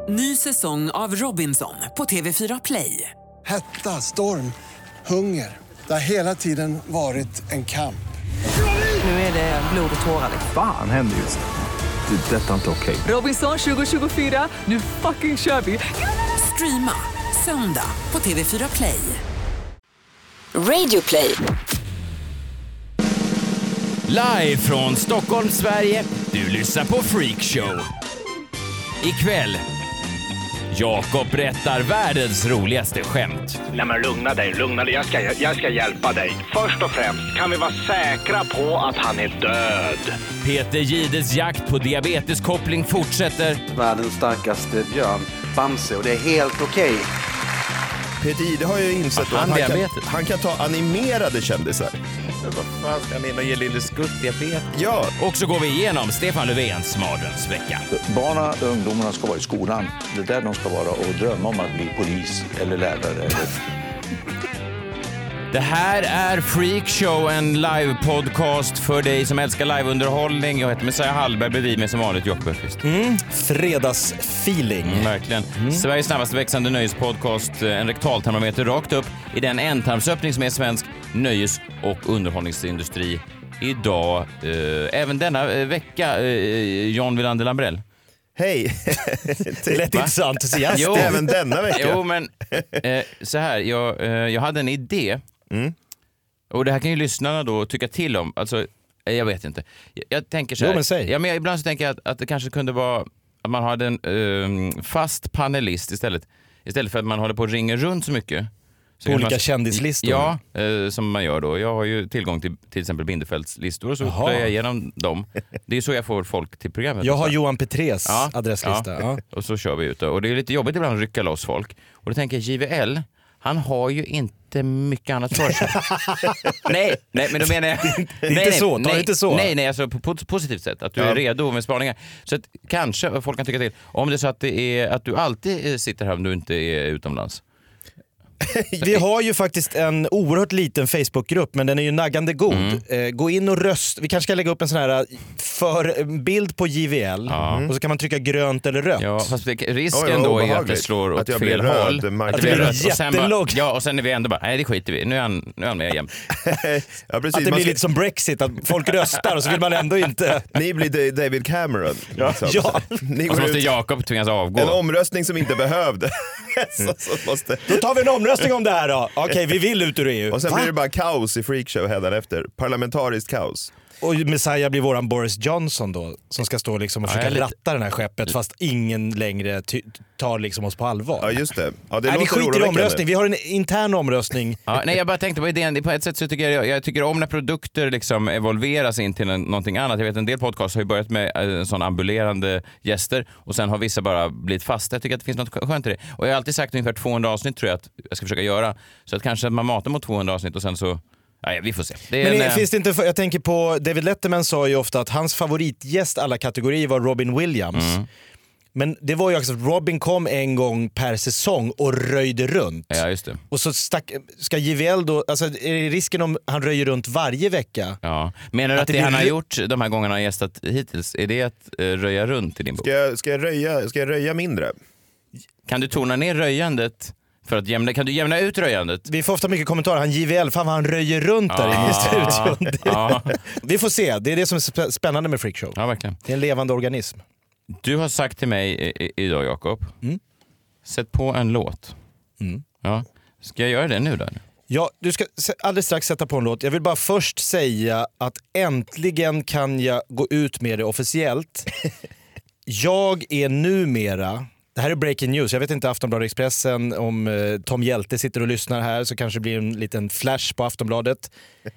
Ny säsong av Robinson på TV4 Play. Hetta, storm, hunger. Det har hela tiden varit en kamp. Nu är det blod och tårar. Fan händer just nu. Det. Detta är inte okej. Robinson 2024, nu fucking kör vi. Streama söndag på TV4 Play. Radio Play. Live från Stockholm, Sverige. Du lyssnar på Freak Show. Ikväll, Jakob berättar världens roligaste skämt. Nej men lugna dig. Jag ska hjälpa dig. Först och främst kan vi vara säkra på att han är död. Peter Gides jakt på diabeteskoppling fortsätter. Världens starkaste björn, Bamse, och det är helt okej. Peter Jihde har ju insett att han kan ta animerade kändisar. Vad fan ska han in och ge Lille Skutt diabetes? Ja. Och så går vi igenom Stefan Löfvens mardrömsvecka. Barnen och ungdomarna ska vara i skolan. Det är där de ska vara och drömma om att bli polis eller lärare. Det här är Freak Show, en live-podcast för dig som älskar liveunderhållning. Jag heter Messiah Hallberg, bredvid mig som vanligt Jakob Öqvist. Fredagsfeeling. Verkligen. Sveriges snabbast växande nöjespodcast, en rektaltermometer rakt upp i den ändtarmsöppning som är svensk nöjes- och underhållningsindustri idag. Även denna vecka, John Wilander Lambrell. Hej. Det lät inte så entusiastiskt. Även denna vecka. Jo, men så här, jag hade en idé. Och det här kan ju lyssnarna då tycka till om. Alltså, jag vet inte. Jag tänker så här. Jo, men säg. Ja, men ibland så tänker jag att det kanske kunde vara att man hade en fast panelist istället för att man håller på och ringer runt så mycket. Så olika kändislistor. Ja, som man gör då. Jag har ju tillgång till exempel Bindefelds listor och så plöjer jag igenom dem. Det är så jag får folk till programmet. Jag har Johan Petrés adresslista. Ja. Och så kör vi ut. Och det är lite jobbigt ibland att rycka loss folk. Och då tänker jag, JVL, han har ju inte mycket annat för sig. nej, men då menar jag... inte så. Nej, alltså på positivt sätt. Att du är redo med spaningar. Så att kanske folk kan tycka till. Om det är så att, att du alltid sitter här om du inte är utomlands. Vi har ju faktiskt en oerhört liten Facebookgrupp, men den är ju naggande god. Gå in och röst. Vi kanske ska lägga upp en sån här bild på JVL och så kan man trycka grönt eller rött. Ja, fast risken då är att det slår åt fel håll. Att det blir jättelågt. Ja, och sen är vi ändå bara, nej det skiter vi. Nu är han med igen. Ja, precis. Att det blir lite som Brexit, att folk röstar och så vill man ändå inte... Ni blir David Cameron. Liksom. Ja. Ni och så måste Jakob tvingas avgå. En omröstning som inte behövde. så måste... Då tar vi en omröstning om det här då. Okej, vi vill ut ur EU. Och sen blir det bara kaos i Freakshow hädanefter. Parlamentariskt kaos. Och Messiah blir våran Boris Johnson då, som ska stå liksom och försöka ratta den här skeppet fast ingen längre tar liksom oss på allvar. Ja, just det. Ja, det vi skiter i omröstning, vi har en intern omröstning. Ja, nej, jag bara tänkte på idén. På ett sätt så tycker jag tycker om när produkter liksom evolveras in till någonting annat. Jag vet en del podcast har ju börjat med sån ambulerande gäster och sen har vissa bara blivit fasta. Jag tycker att det finns något skönt i det. Och jag har alltid sagt ungefär 200 avsnitt tror jag att jag ska försöka göra. Så att kanske man matar mot 200 avsnitt och sen så... Ja, vi får se. Finns det inte, jag tänker på David Letterman sa ju ofta att hans favoritgäst alla kategorier var Robin Williams. Men det var ju också att Robin kom en gång per säsong och röjde runt. Ja, just det. Och så ska JVL då, alltså är det risken om han röjer runt varje vecka? Ja. Menar du att det han har gjort de här gångerna han gästat hittills, är det att röja runt i din bok? Ska jag röja mindre? Kan du tona ner röjandet? För att kan du jämna ut röjandet? Vi får ofta mycket kommentarer. Han JVL, fan vad han röjer runt där inne i studion. Vi får se. Det är det som är spännande med Freakshow. Ja, verkligen. Det är en levande organism. Du har sagt till mig idag, Jakob. Sätt på en låt. Ja. Ska jag göra det nu då? Ja, du ska alldeles strax sätta på en låt. Jag vill bara först säga att äntligen kan jag gå ut med det officiellt. Jag är numera... Det här är breaking news. Jag vet inte Aftonbladet Expressen om Tom Hjälte sitter och lyssnar här så kanske det blir en liten flash på Aftonbladet.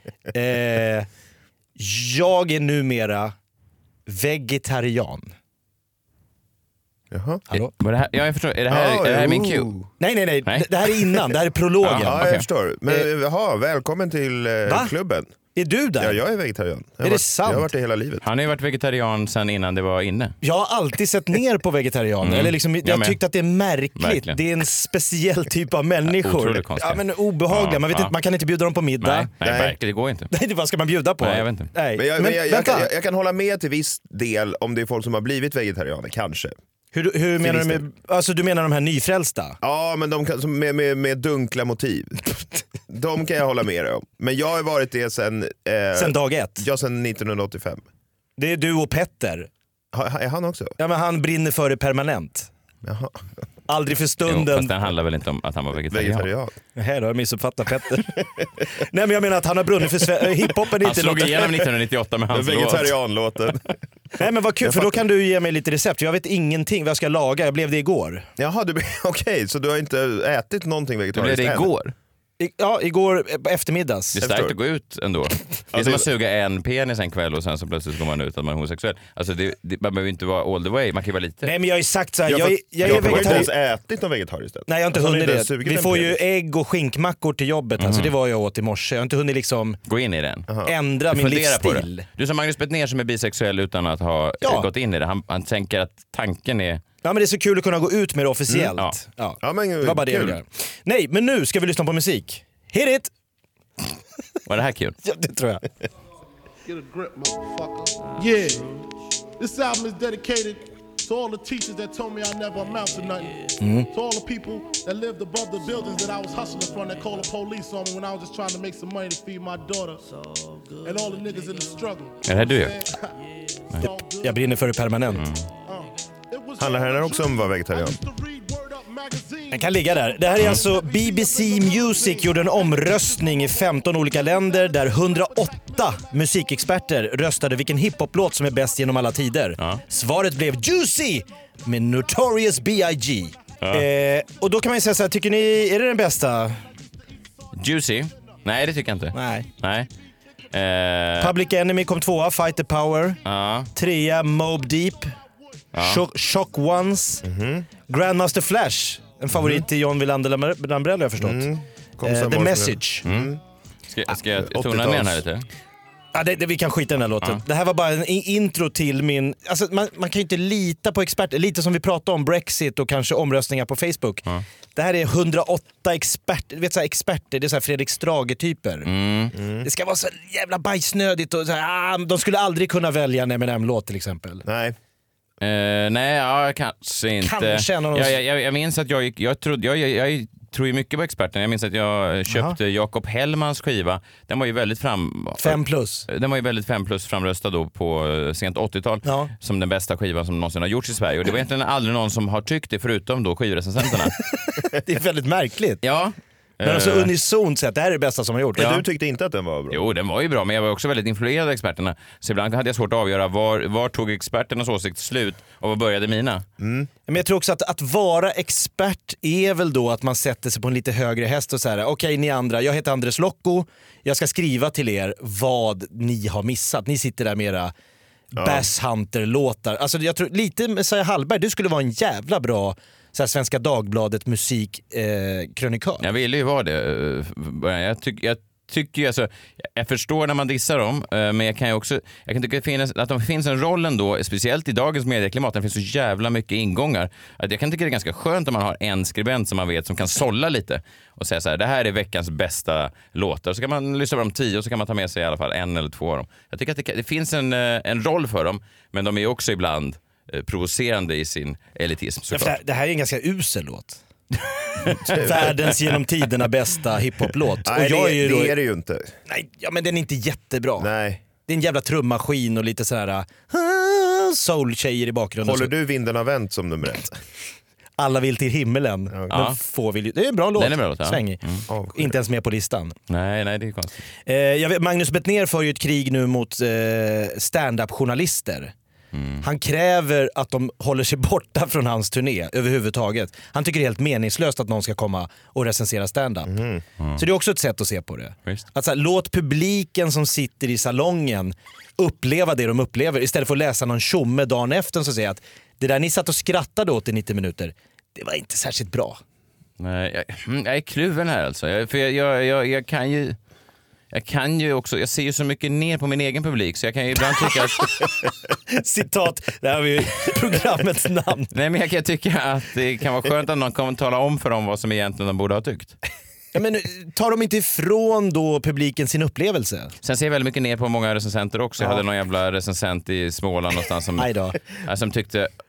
Jag är numera vegetarian. Jaha. Hallå? Det här, jag förstår. Är det här min cue? Nej. Det här är innan. Det här är prologen. Ja, jag förstår. Men välkommen till klubben. Är du där? Ja, jag är vegetarian. Är det sant? Jag har varit det hela livet. Han har ju varit vegetarian sedan innan det var inne. Jag har alltid sett ner på vegetarianer. Eller liksom, jag tyckte att det är märkligt. Verkligen. Det är en speciell typ av människor. Otroligt konstigt. Ja, men obehagliga. Man vet inte, man kan inte bjuda dem på middag. Nej, verkligen. Det går inte. Nej, vad ska man bjuda på? Nej, jag vet inte. Nej. Men jag kan hålla med till viss del om det är folk som har blivit vegetarianer, kanske. Hur menar du med, alltså du menar de här nyfrälsta? Ja, men de kan, med dunkla motiv. De kan jag hålla med om. Men jag har varit det sen dag ett? Ja, sen 1985. Det är du och Petter. Är han också? Ja, men han brinner för det permanent. Jaha. Aldrig för stunden. Jo, fast det handlar väl inte om att han var vegetarian. Nej, då har jag missuppfattat Petter. Nej, men jag menar att han har brunnit för hiphopen. Han slog igenom 1998 med hans vegetarianlåten. Nej, men vad kul, för då kan du ge mig lite recept. Jag vet ingenting vad jag ska laga. Jag blev det igår. Jaha, okej, så du har inte ätit någonting vegetariskt? Du blev det igår? Ja, igår eftermiddags. Det är starkt att gå ut ändå. Det är som att suga en penis en kväll och sen så plötsligt går man ut att man är homosexuell. Alltså man behöver inte vara all the way, man kan ju vara lite. Nej, men jag har ju sagt så här, jag är vegetarisk. vegetarisk. Har inte ens ätit något vegetariskt? Nej, jag har inte hunnit det. Vi får ju ägg och skinkmackor till jobbet, alltså det var jag åt i morse. Jag har inte hunnit liksom gå in i den. Ändra min livsstil. Du som Magnus Bettner som är bisexuell utan att ha gått in i det. Han tänker att tanken är... Ja, men det är så kul att kunna gå ut med det officiellt. Ja, men det var bara det jag gör. Nej, men nu ska vi lyssna på musik. Hit it! Var det här kul? Ja, det tror jag. Get a grip, motherfucker. Yeah. This album is dedicated to all the teachers that told me I never amount to nothing. To all the people that lived above the buildings that I was hustling from that called the police on me when I was just trying to make some money to feed my daughter. And all the niggas in the struggle. Är det här du gör? Jag brinner för det permanent. Handlar här också om att vara vegetarian? Den kan ligga där. Det här är alltså BBC Music gjorde en omröstning i 15 olika länder där 108 musikexperter röstade vilken hiphoplåt som är bäst genom alla tider. Svaret blev Juicy med Notorious B.I.G. Och då kan man ju säga så här, tycker ni, är det den bästa? Juicy? Nej, det tycker jag inte. Nej. Public Enemy kom 2, Fight the Power. 3, Mobb Deep. Shock Ones. Grandmaster Flash, en favorit till John Wilander Lambrell har jag förstått. The Message. Ska jag tona ner den här lite? Ja, vi kan skita i den här låten. Det här var bara en intro till min... Alltså, man kan ju inte lita på experter. Lite som vi pratade om Brexit och kanske omröstningar på Facebook. Det här är 108 experter. Du vet, så här, experter, det är så här Fredrik Strage-typer. Det ska vara så jävla bajsnödigt. Och så här, de skulle aldrig kunna välja en M&M-låt till exempel. Nej. Nej, kanske inte. Jag minns att jag tror ju mycket på experterna. Jag minns att jag köpte Jakob Hellmans skiva. Den var ju väldigt 5+. Den var ju väldigt 5+ framröstad då på sent 80-tal som den bästa skivan som någonsin har gjorts i Sverige. Och det var egentligen aldrig någon som har tyckt det förutom då skivrecensenterna. Det är väldigt märkligt. Ja. Men alltså unisont sett, det här är det bästa som har gjort. Men du tyckte inte att den var bra? Jo, den var ju bra, men jag var också väldigt influerad av experterna. Så ibland hade jag svårt att avgöra var tog experternas åsikt slut och var började mina. Men jag tror också att vara expert är väl då att man sätter sig på en lite högre häst och säger okej, ni andra, jag heter Andres Locko, jag ska skriva till er vad ni har missat. Ni sitter där med era Bass Hunter-låtar. Alltså jag tror lite med Saja Hallberg, du skulle vara en jävla bra så här, Svenska Dagbladet musikkrönikör. Jag ville ju vara det. Jag tycker alltså, jag förstår när man dissar dem, men jag kan tycka att de finns en roll ändå, speciellt i dagens medieklimat, det finns så jävla mycket ingångar. Att jag kan tycka det är ganska skönt om man har en skribent som man vet som kan sålla lite och säga så här, det här är veckans bästa låtar. Så kan man lyssna på dem 10 och så kan man ta med sig i alla fall 1 eller 2 av dem. Jag tycker att det finns en roll för dem, men de är också ibland provocerande i sin elitism såklart. Det här är en ganska usel låt. Världens genom tiderna bästa hiphoplåt. Nej, det är det ju inte. Nej, men den är inte jättebra. Nej. Det är en jävla trummaskin och lite sådär soul-tjejer i bakgrunden. Håller du vinden av vänt som nummer 1? Alla vill till himmelen. Men få vill... Det är en bra låt. Den är bra låt, Svängig. Inte ens med på listan. Nej, det är konstigt. Magnus Bettner för ju ett krig nu mot stand-up-journalister. Han kräver att de håller sig borta från hans turné överhuvudtaget. Han tycker det är helt meningslöst att någon ska komma och recensera stand-up. Så det är också ett sätt att se på det. Att så här, låt publiken som sitter i salongen uppleva det de upplever istället för att läsa någon tjomme dagen efter som säger att det där ni satt och skrattade åt i 90 minuter, det var inte särskilt bra. Nej, jag är kluven här alltså. Jag kan ju... Jag kan ju också, jag ser ju så mycket ner på min egen publik så jag kan ju ibland tycka att... Citat, det här var ju programmets namn. Nej, men jag kan tycka att det kan vara skönt att någon kommer tala om för dem vad som egentligen de borde ha tyckt. Ja, men tar de inte ifrån då publiken sin upplevelse? Sen ser jag väldigt mycket ner på många recensenter också. Jag hade någon jävla recensent i Småland någonstans som tyckte...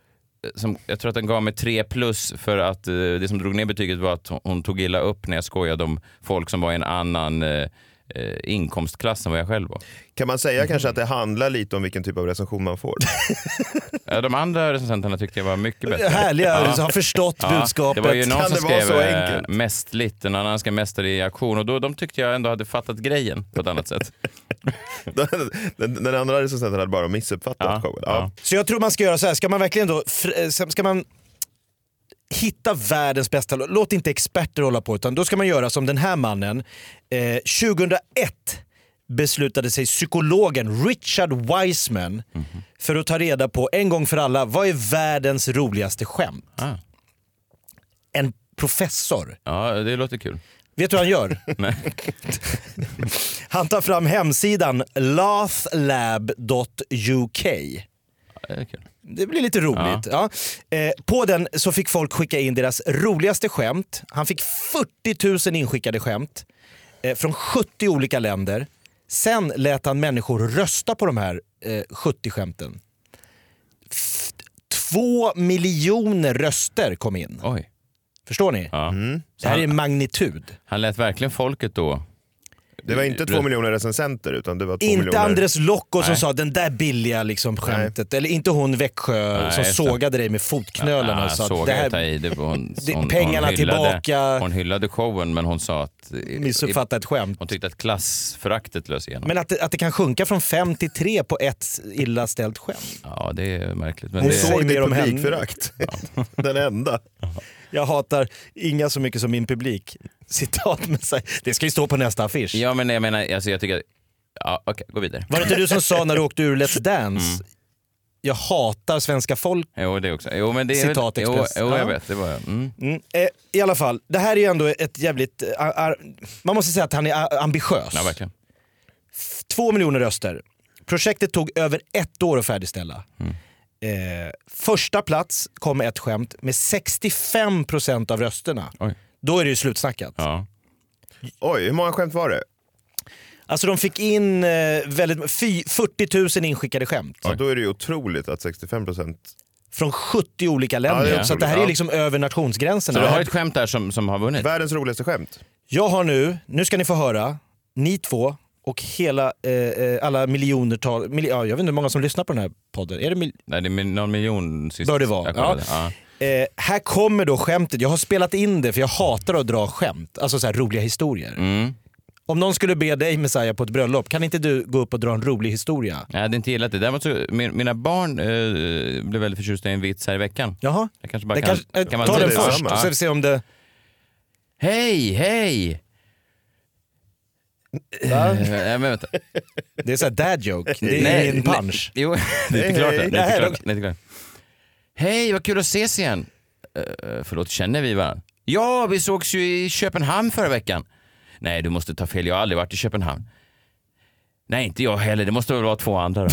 jag tror att den gav mig 3+ för att det som drog ner betyget var att hon tog illa upp när jag skojade om folk som var i en annan inkomstklass än vad jag själv var. Kan man säga kanske att det handlar lite om vilken typ av recension man får? Ja, de andra recensenterna tyckte jag var mycket bättre. Härliga, har förstått budskapet. Det var ju någon som skrev så enkelt? mästligt, en annan skrev mästare i aktion och då, de tyckte jag ändå hade fattat grejen på ett annat sätt. den andra recensenten hade bara missuppfattat showen. Ja. Så jag tror man ska göra så här, ska man verkligen då, ska man hitta världens bästa, låt inte experter hålla på, utan då ska man göra som den här mannen. 2001 beslutade sig psykologen Richard Wiseman för att ta reda på en gång för alla, vad är världens roligaste skämt? En professor. Ja, det låter kul. Vet du vad han gör? Nej. Han tar fram hemsidan laughlab.uk. Det är kul. Det blir lite roligt. Ja. På den så fick folk skicka in deras roligaste skämt. Han fick 40 000 inskickade skämt från 70 olika länder. Sen lät han människor rösta på de här 70 skämten. 2 miljoner röster kom in. Oj. Förstår ni? Ja. Det här är magnitud. Han lät verkligen folket då. Det var inte 2 miljoner recensenter utan det var 2 inte miljoner... Andres Locko som sa den där billiga liksom skämtet. Nej. Eller inte hon Växjö som sågade dig med fotknölarna. Ja, sa det här, pengarna hon tillbaka. Hon hyllade showen men hon sa att... Missuppfattade ett skämt. Hon tyckte att klassföraktet lös igenom. Men att det kan sjunka från 5 till 3 på ett illa ställt skämt. Ja, det är märkligt. Men hon det såg det publikförakt. Ja. Den enda. Jag hatar inga så mycket som min publik. Citat med sig. Det ska ju stå på nästa affisch. Ja, men jag menar, alltså jag tycker... Ja, okej, gå vidare. Var det inte du som sa när du åkte ur Let's Dance? Jag hatar svenska folk. Jo, det också. Jo, men det är Citat Express. Jo, jag vet. Det var I alla fall, det här är ju ändå ett jävligt... man måste säga att han är ambitiös. Ja, verkligen. 2 miljoner röster. Projektet tog över 1 år att färdigställa. Första plats kom med ett skämt med 65% av rösterna. Oj. Då är det ju slutsnackat. Ja. Oj, hur många skämt var det? Alltså de fick in 40 000 inskickade skämt. Ja, då är det ju otroligt att 65%... Från 70 olika länder. Ja, så att det här är liksom över nationsgränserna. Så du har ett skämt där som har vunnit? Världens roligaste skämt. Jag har nu ska ni få höra, ni två och hela alla miljonertal... jag vet inte hur många som lyssnar på den här podden. Är det Nej, det är någon miljon sist. Bör det vara. Ja. Här kommer då skämtet. Jag har spelat in det för jag hatar att dra skämt. Alltså så här roliga historier. Om någon skulle be dig, Messiah, på ett bröllop, kan inte du gå upp och dra en rolig historia? Nej, det är inte gillat det. Däremot så, mina barn blev väldigt förtjusta i en vits här i veckan. Jaha. Jag kanske bara kan man ta den först, så ska vi se om det... Hej! Men vänta. Det är så här dad joke. Det är ingen punch. Jo, det är inte klart. Det är inte klart. Hej, vad kul att ses igen. Förlåt, känner vi varandra? Ja, vi sågs ju i Köpenhamn förra veckan. Nej, du måste ta fel. Jag har aldrig varit i Köpenhamn. Nej, inte jag heller. Det måste väl vara 2 andra då.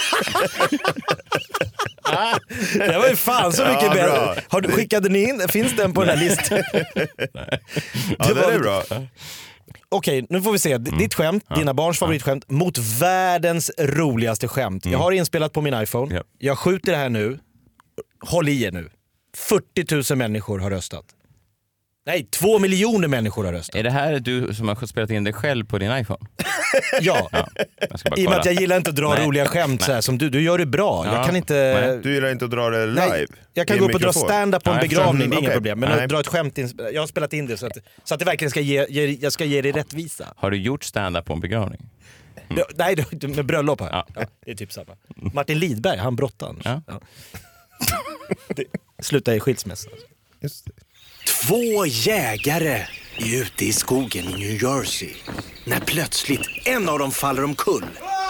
Det var ju fan så mycket bättre. Skickade ni in? Finns den på den här listan? Ja, det är bra. Okej, nu får vi se. Ditt skämt, dina barns favoritskämt mot världens roligaste skämt. Jag har inspelat på min iPhone. Jag skjuter det här nu. Håll i er nu. 40 000 människor har röstat. Nej, 2 miljoner människor har röstat. Är det här du som har spelat in dig själv på din iPhone? Ja. I och med att jag gillar inte att dra roliga skämt så här, som du gör det bra. Jag kan inte... Du gillar inte att dra det live? Nej, jag kan gå upp och dra stand-up på en begravning, det är inga problem. Men att dra ett skämt, jag har spelat in det så att det verkligen jag ska ge det rättvisa. Har du gjort stand-up på en begravning? Nej, med bröllop här. Ja, det är typ samma. Martin Lidberg, han brottan. Ja. Det slutar i skilsmässa. Just det. 2 jägare är ute i skogen i New Jersey när plötsligt en av dem faller omkull.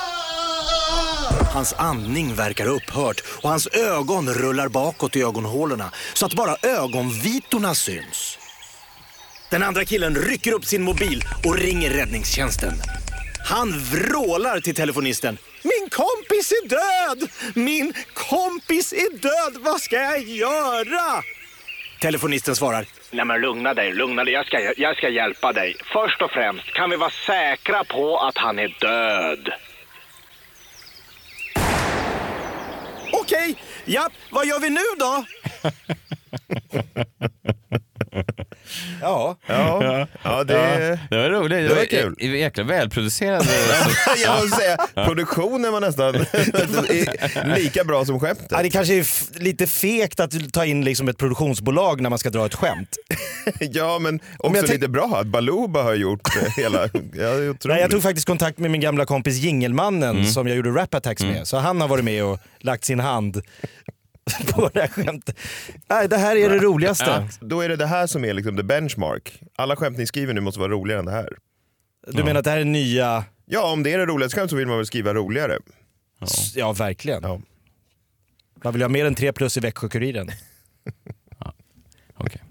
Hans andning verkar upphört och hans ögon rullar bakåt i ögonhålorna så att bara ögonvitorna syns. Den andra killen rycker upp sin mobil och ringer räddningstjänsten. Han vrålar till telefonisten. Min kompis är död! Min kompis är död! Vad ska jag göra? Telefonisten svarar. Nej, men lugna dig. Jag ska hjälpa dig. Först och främst kan vi vara säkra på att han är död. Okej, Ja, vad gör vi nu då? Ja, det var roligt. Det var kul. Jäkla välproducerad. Jag måste säga, produktionen var nästan lika bra som skämtet. Ja, det kanske är lite fekt att ta in liksom ett produktionsbolag när man ska dra ett skämt. Ja, men också lite bra att Baluba har gjort hela... Nej, jag tog faktiskt kontakt med min gamla kompis Jingelmannen som jag gjorde Rap Attacks med. Så han har varit med och lagt sin hand på det här skämtet. Nej, det här är det roligaste. Ja, då är det här som är liksom the benchmark. Alla skämt ni skriver nu måste vara roligare än det här. Du menar att det här är nya... Ja, om det är det roligaste skämt så vill man väl skriva roligare. Ja, verkligen. Ja. Man vill ha mer än 3+ i Växjö-Kuriren. Okej.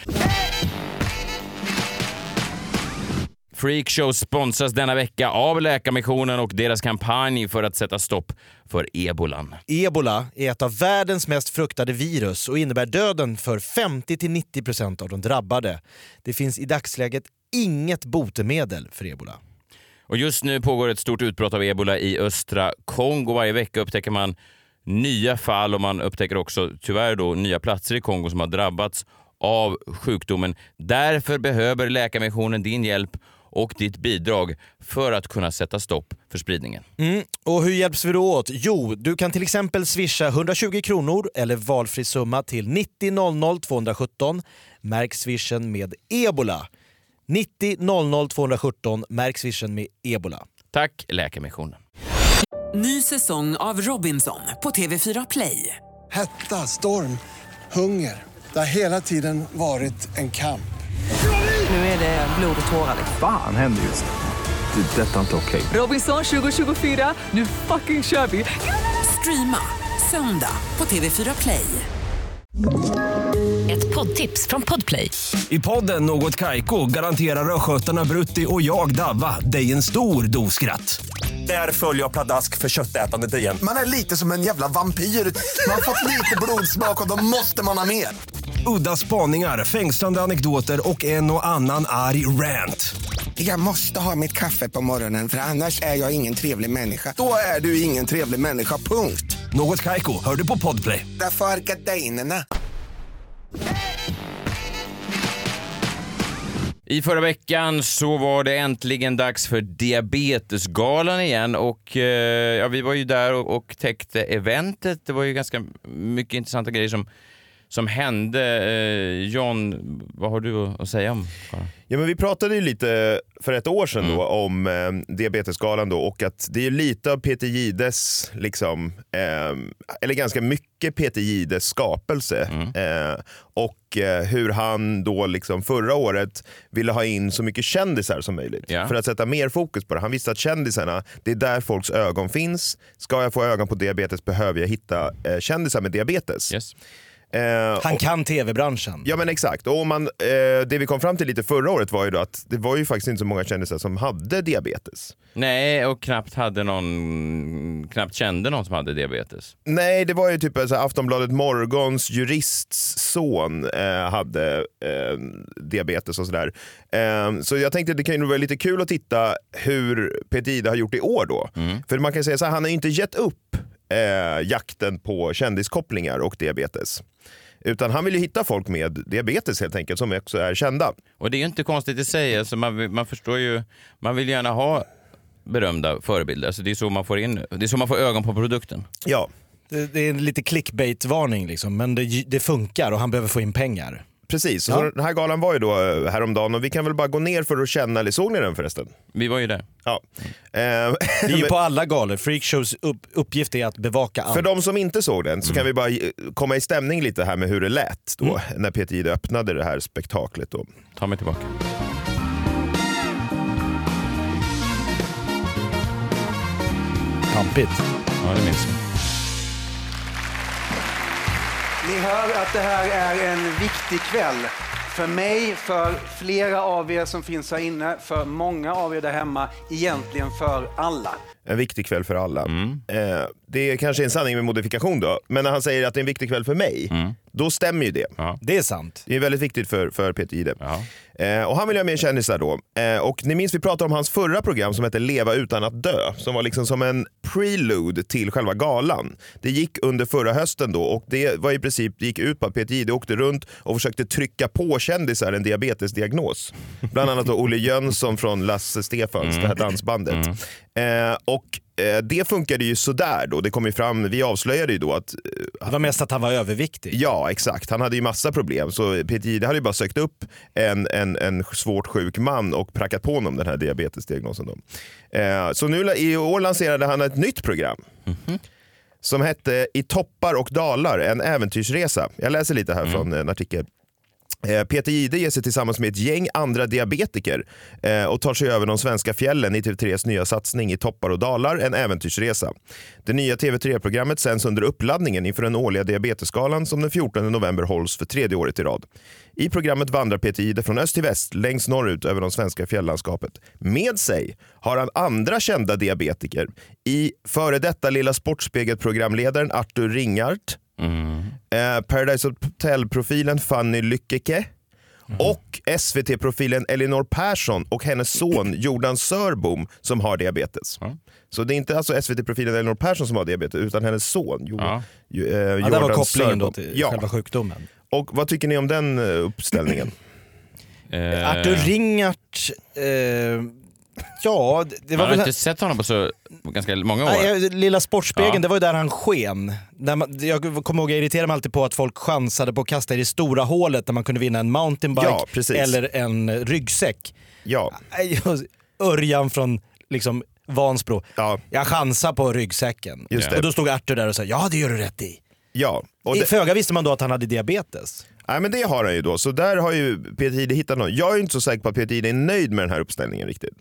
Freakshow sponsras denna vecka av Läkarmissionen och deras kampanj för att sätta stopp för ebolan. Ebola är ett av världens mest fruktade virus och innebär döden för 50-90% av de drabbade. Det finns i dagsläget inget botemedel för ebola. Och just nu pågår ett stort utbrott av ebola i östra Kongo. Varje vecka upptäcker man nya fall och man upptäcker också tyvärr då nya platser i Kongo som har drabbats av sjukdomen. Därför behöver Läkarmissionen din hjälp och ditt bidrag för att kunna sätta stopp för spridningen. Och hur hjälps vi då åt? Jo, du kan till exempel swisha 120 kronor eller valfri summa till 90 00 217. Märk swishen med ebola. 90 00 217. Märk swishen med ebola. Tack Läkarmissionen. Ny säsong av Robinson på TV4 Play. Hetta, storm, hunger. Det har hela tiden varit en kamp. Nu är det blod och tårar. Fan händer just det. Detta är inte okej. Robinson 2024, nu fucking kör vi. Streama söndag på TV4 Play. Ett poddtips från Podplay. I podden Något Kaiko garanterar röskötarna Brutti och jag Davva dig en stor doskratt. Där följer jag pladask för köttätandet igen. Man är lite som en jävla vampyr. Man har fått lite blodsmak och då måste man ha mer. Udda spaningar, fängslande anekdoter och en och annan arg rant. Jag måste ha mitt kaffe på morgonen för annars är jag ingen trevlig människa. Då är du ingen trevlig människa, punkt. Något Kaiko, hör du på Podplay. Därför är gardinerna. I förra veckan så var det äntligen dags för Diabetesgalan igen och ja, vi var ju där och täckte eventet. Det var ju ganska mycket intressanta grejer som hände. John, vad har du att säga om? Ja, men vi pratade ju lite för ett år sedan då om Diabetesgalan då, och att det är lite av Peter Gides liksom, eller ganska mycket Peter Gides skapelse och hur han då liksom förra året ville ha in så mycket kändisar som möjligt för att sätta mer fokus på det. Han visste att kändisarna, det är där folks ögon finns. Ska jag få ögon på diabetes behöver jag hitta kändisar med diabetes. Yes. Han kan tv-branschen. Ja, men exakt. Och det vi kom fram till lite förra året var ju då att det var ju faktiskt inte så många kändisar som hade diabetes. Nej, och knappt kände någon som hade diabetes. Nej, det var ju typ så Aftonbladet Morgons jurists son hade diabetes och sådär. Så jag tänkte att det kan ju vara lite kul att titta hur Peter Jihde har gjort i år då. För man kan säga så här, han har ju inte gett upp jakten på kändiskopplingar och diabetes. Utan han vill ju hitta folk med diabetes helt enkelt som också är kända. Och det är ju inte konstigt i sig. Alltså man förstår ju, man vill gärna ha berömda förebilder. Alltså det är så man får ögon på produkten. Ja. Det är en lite clickbait-varning liksom, men det funkar och han behöver få in pengar. Precis, så den här galan var ju då häromdagen och vi kan väl bara gå ner för att känna, eller såg ni den förresten? Vi var ju där. Ja. Vi är på alla galor, Freakshows uppgift är att bevaka allt. För de som inte såg den så kan vi bara komma i stämning lite här med hur det lät då när Peter Jihde öppnade det här spektaklet då. Ta mig tillbaka. Pampigt. Ja, det minns jag. Ni hör att det här är en viktig kväll. För mig, för flera av er som finns här inne, för många av er där hemma, egentligen för alla. En viktig kväll för alla. Det är kanske en sanning med modifikation då. Men när han säger att det är en viktig kväll för mig, då stämmer ju det. Det är sant. Det är väldigt viktigt för Peter Jihde. Och han vill ha mer kändisar då. Och ni minns vi pratade om hans förra program som heter Leva utan att dö. Som var liksom som en prelude till själva galan. Det gick under förra hösten då och det var i princip, det gick ut på att Peter Jihde åkte runt och försökte trycka på kändisar en diabetesdiagnos. Bland annat då Olle Jönsson från Lasse Stefans, det här dansbandet. Och det funkade ju sådär då. Det kom ju fram, vi avslöjade ju då att det var mest att han var överviktig. Ja, exakt. Han hade ju massa problem. Så Peter Jihde hade ju bara sökt upp en svårt sjuk man och prackat på honom den här diabetesdiagnosen då. Så nu i år lanserade han ett nytt program. Som hette I toppar och dalar, en äventyrsresa. Jag läser lite här från en artikel. Peter Jihde ger sig tillsammans med ett gäng andra diabetiker och tar sig över de svenska fjällen i TV3s nya satsning I toppar och dalar, en äventyrsresa. Det nya TV3-programmet sänds under uppladdningen inför den årliga diabetesskalan som den 14 november hålls för 3:e året i rad. I programmet vandrar Peter Jihde från öst till väst, längst norrut över de svenska fjällandskapet. Med sig har han andra kända diabetiker i före detta Lilla Sportspegelprogramledaren Arthur Ringart, Paradise Hotel-profilen Fanny Lyckeke och SVT-profilen Elinor Persson och hennes son Jordan Sörbom som har diabetes. Så det är inte alltså SVT-profilen Elinor Persson som har diabetes utan hennes son Jordan det var kopplingen då till själva sjukdomen. Och vad tycker ni om den uppställningen? Arthur Ringart... ja, det var man har inte sett honom på så ganska många år. Lilla Sportspegeln, det var ju där han sken. Jag kommer ihåg, jag irriterade mig alltid på att folk chansade på att kasta i det stora hålet där man kunde vinna en mountainbike eller en ryggsäck. Örjan från liksom Vansbro. Jag chansade på ryggsäcken. Och då stod Arthur där och sa, ja det gör du rätt i. Och föga visste man då att han hade diabetes. Nej, men det har han ju då. Så där har ju Peter Jihde hittat något. Jag är inte så säker på att Peter Jihde är nöjd med den här uppställningen riktigt.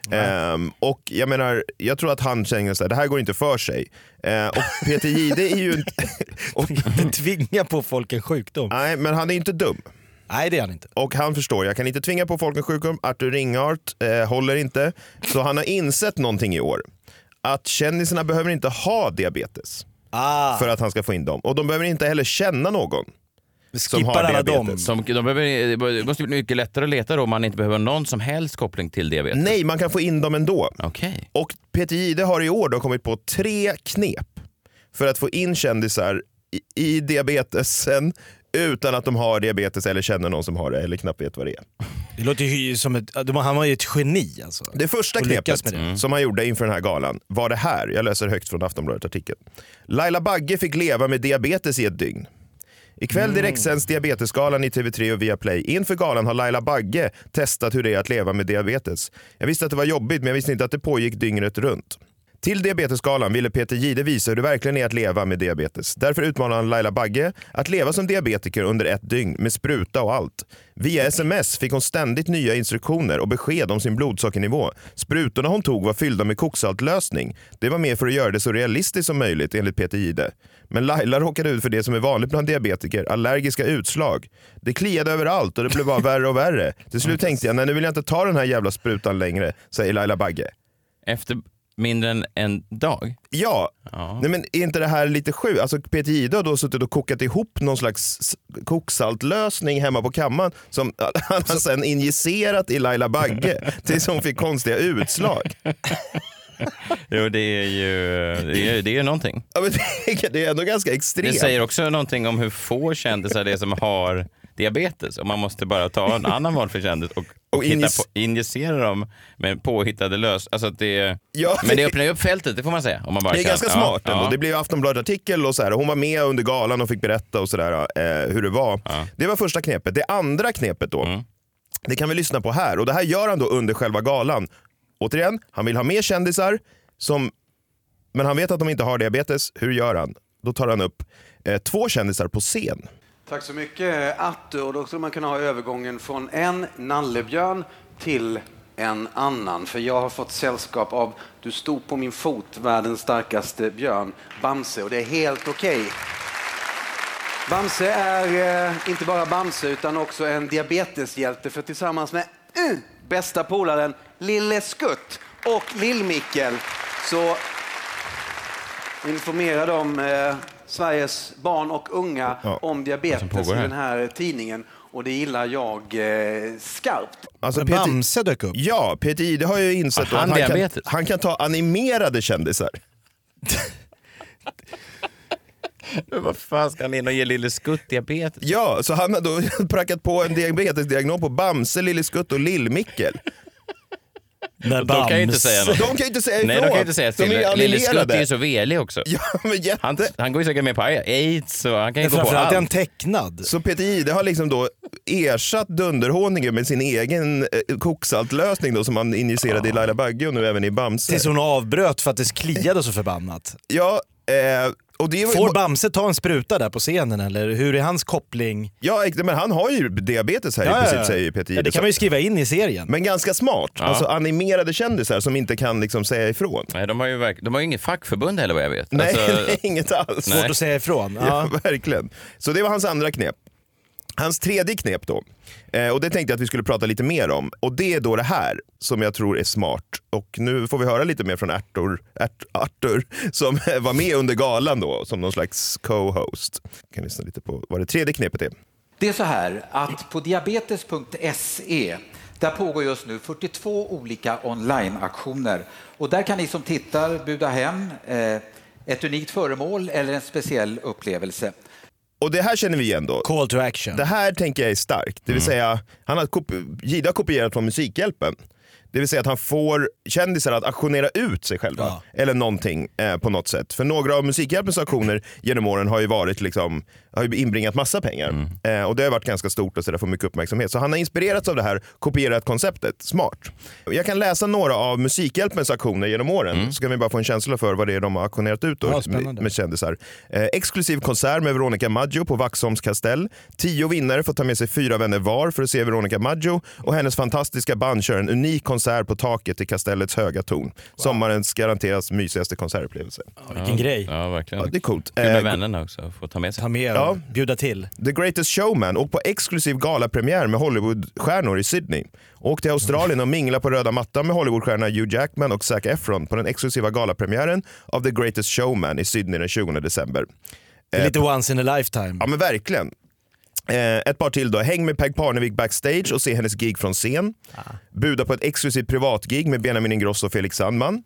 Och jag menar, jag tror att han känner så här, det här går inte för sig. Och Peter Jihde är ju och inte tvinga på folk en sjukdom. Nej, men han är inte dum. Nej, det är han inte. Och han förstår, jag kan inte tvinga på folk en sjukdom. Arthur Ringart håller inte. Så han har insett någonting i år. Att kändisarna behöver inte ha diabetes. För att han ska få in dem. Och de behöver inte heller känna någon som har alla diabetes. Det måste bli mycket lättare att leta då om man inte behöver någon som helst koppling till diabetes. Nej, man kan få in dem ändå. Okay. Och Peter Jihde har i år då kommit på 3 knep för att få in kändisar i diabetesen utan att de har diabetes eller känner någon som har det eller knappt vet vad det är. Det låter ju som han var ju ett geni alltså. Det första knepet som han gjorde inför den här galan var det här. Jag läser högt från Aftonbladet-artikeln. Laila Bagge fick leva med diabetes i ett dygn. Ikväll direktsänds diabetesgalan i TV3 och Viaplay. Inför galan har Laila Bagge testat hur det är att leva med diabetes. Jag visste att det var jobbigt, men jag visste inte att det pågick dygnet runt. Till diabetesgalan ville Peter Jihde visa hur det verkligen är att leva med diabetes. Därför utmanade han Laila Bagge att leva som diabetiker under ett dygn med spruta och allt. Via sms fick hon ständigt nya instruktioner och besked om sin blodsockernivå. Sprutorna hon tog var fyllda med koksaltlösning. Det var mer för att göra det så realistiskt som möjligt enligt Peter Jihde. Men Laila råkade ut för det som är vanligt bland diabetiker, allergiska utslag. Det kliade överallt och det blev bara värre och värre. Till slut tänkte jag, nej nu vill jag inte ta den här jävla sprutan längre, säger Laila Bagge. Efter mindre än en dag? Ja. Nej, men är inte det här lite sjukt? Alltså Peter Jihde har då suttit och kokat ihop någon slags koksaltlösning hemma på kammaren som han har sen injicerat i Laila Bagge tills hon fick konstiga utslag. Jo, det är ju någonting. Ja, men det är ändå ganska extremt. Det säger också någonting om hur få kändisar det är som har diabetes. Och man måste bara ta en annan valfri kändis och injicera dem med påhittade lös. Alltså att men det öppnar ju upp fältet, det får man säga. Om man bara det är ganska smart ändå. Det blev Aftonbladet-artikel och så här. Hon var med under galan och fick berätta och sådär hur det var. Det var första knepet. Det andra knepet då, det kan vi lyssna på här. Och det här gör han då under själva galan. Återigen, han vill ha mer kändisar men han vet att de inte har diabetes. Hur gör han? Då tar han upp 2 kändisar på scen. Tack så mycket, Atte. Och då skulle man kunna ha övergången från en nallebjörn till en annan. För jag har fått sällskap av Du stod på min fot, världens starkaste björn, Bamse. Och det är helt okej. Bamse är inte bara Bamse utan också en diabeteshjälte. För tillsammans med bästa polaren Lille Skutt och Lill-Mickel så informerar de Sveriges barn och unga om diabetes i den här tidningen. Och det gillar jag skarpt. Alltså Bamse dök upp. Ja, Peter Jihde har ju insett att han kan ta animerade kändisar. Men vad fan ska han in och ge Lille Skutt diabetes? Ja, så han har då prackat på en diabetesdiagnos på Bamse, Lille Skutt och Lill-Mickel. De kan ju inte säga något. De kan ju inte säga ifrån. Nej, de kan inte säga till. Lille Skutt är ju så velig också. Ja, men han går ju säkert med på aids och han kan ju gå på framförallt allt. är han tecknad. Så Peter Jihde har liksom då ersatt dunderhåningen med sin egen koksaltlösning då, som han injicerade i Laila Bagge och nu även i Bamse. Tills hon avbröt för att det kliade så förbannat. Ja, och det får Bamse ta en spruta där på scenen eller hur är hans koppling? Ja, men han har ju diabetes här i princip, säger Peter Jihde. Ja, det kan man ju skriva in i serien. Men ganska smart. Ja. Alltså animerade kändisar som inte kan liksom säga ifrån. Nej, de har ju inget fackförbund heller vad jag vet. Nej, alltså... nej inget alls. Svårt att säga ifrån. Ja, verkligen. Så det var hans andra knep. Hans tredje knep då, och det tänkte jag att vi skulle prata lite mer om. Och det är då det här som jag tror är smart. Och nu får vi höra lite mer från Arthur som var med under galan då, som någon slags co-host. Jag kan lyssna lite på vad det tredje knepet är. Det är så här att på diabetes.se där pågår just nu 42 olika online-aktioner. Och där kan ni som tittar buda hem ett unikt föremål eller en speciell upplevelse. Och det här känner vi igen då. Call to action. Det här tänker jag är starkt. Det vill säga, Jihde har kopierat från Musikhjälpen. Det vill säga att han får kändisar att aktionera ut sig själva. Ja. Eller någonting på något sätt. För några av Musikhjälpens aktioner genom åren har ju varit liksom, har ju inbringat massa pengar. Och det har varit ganska stort och så där får mycket uppmärksamhet. Så han har inspirerats av det här, kopierat konceptet. Smart. Jag kan läsa några av Musikhjälpens aktioner genom åren. Så kan vi bara få en känsla för vad det är de har aktionerat ut då, med kändisar. Exklusiv konsert med Veronica Maggio på Vaxholms kastell. 10 vinnare får ta med sig 4 vänner var för att se Veronica Maggio. Och hennes fantastiska band kör en unik konsert på taket i kastellets höga torn. Sommarens garanteras mysigaste konsertupplevelse. Vilken grej. Ja, verkligen. Ja, det är coolt. Kul med vännerna också, få ta med sig. Ta med bjuda till. The Greatest Showman och på exklusiv galapremiär med Hollywoodstjärnor i Sydney. Åk till Australien och mingla på röda mattan med Hollywoodstjärnorna Hugh Jackman och Zac Efron på den exklusiva galapremiären av The Greatest Showman i Sydney den 20 december. Det är lite once in a lifetime. Ja, men verkligen. Ett par till då. Häng med Peg Parnevik backstage och se hennes gig från scen. Buda på ett exklusivt privatgig med Benjamin Ingrosso och Felix Sandman.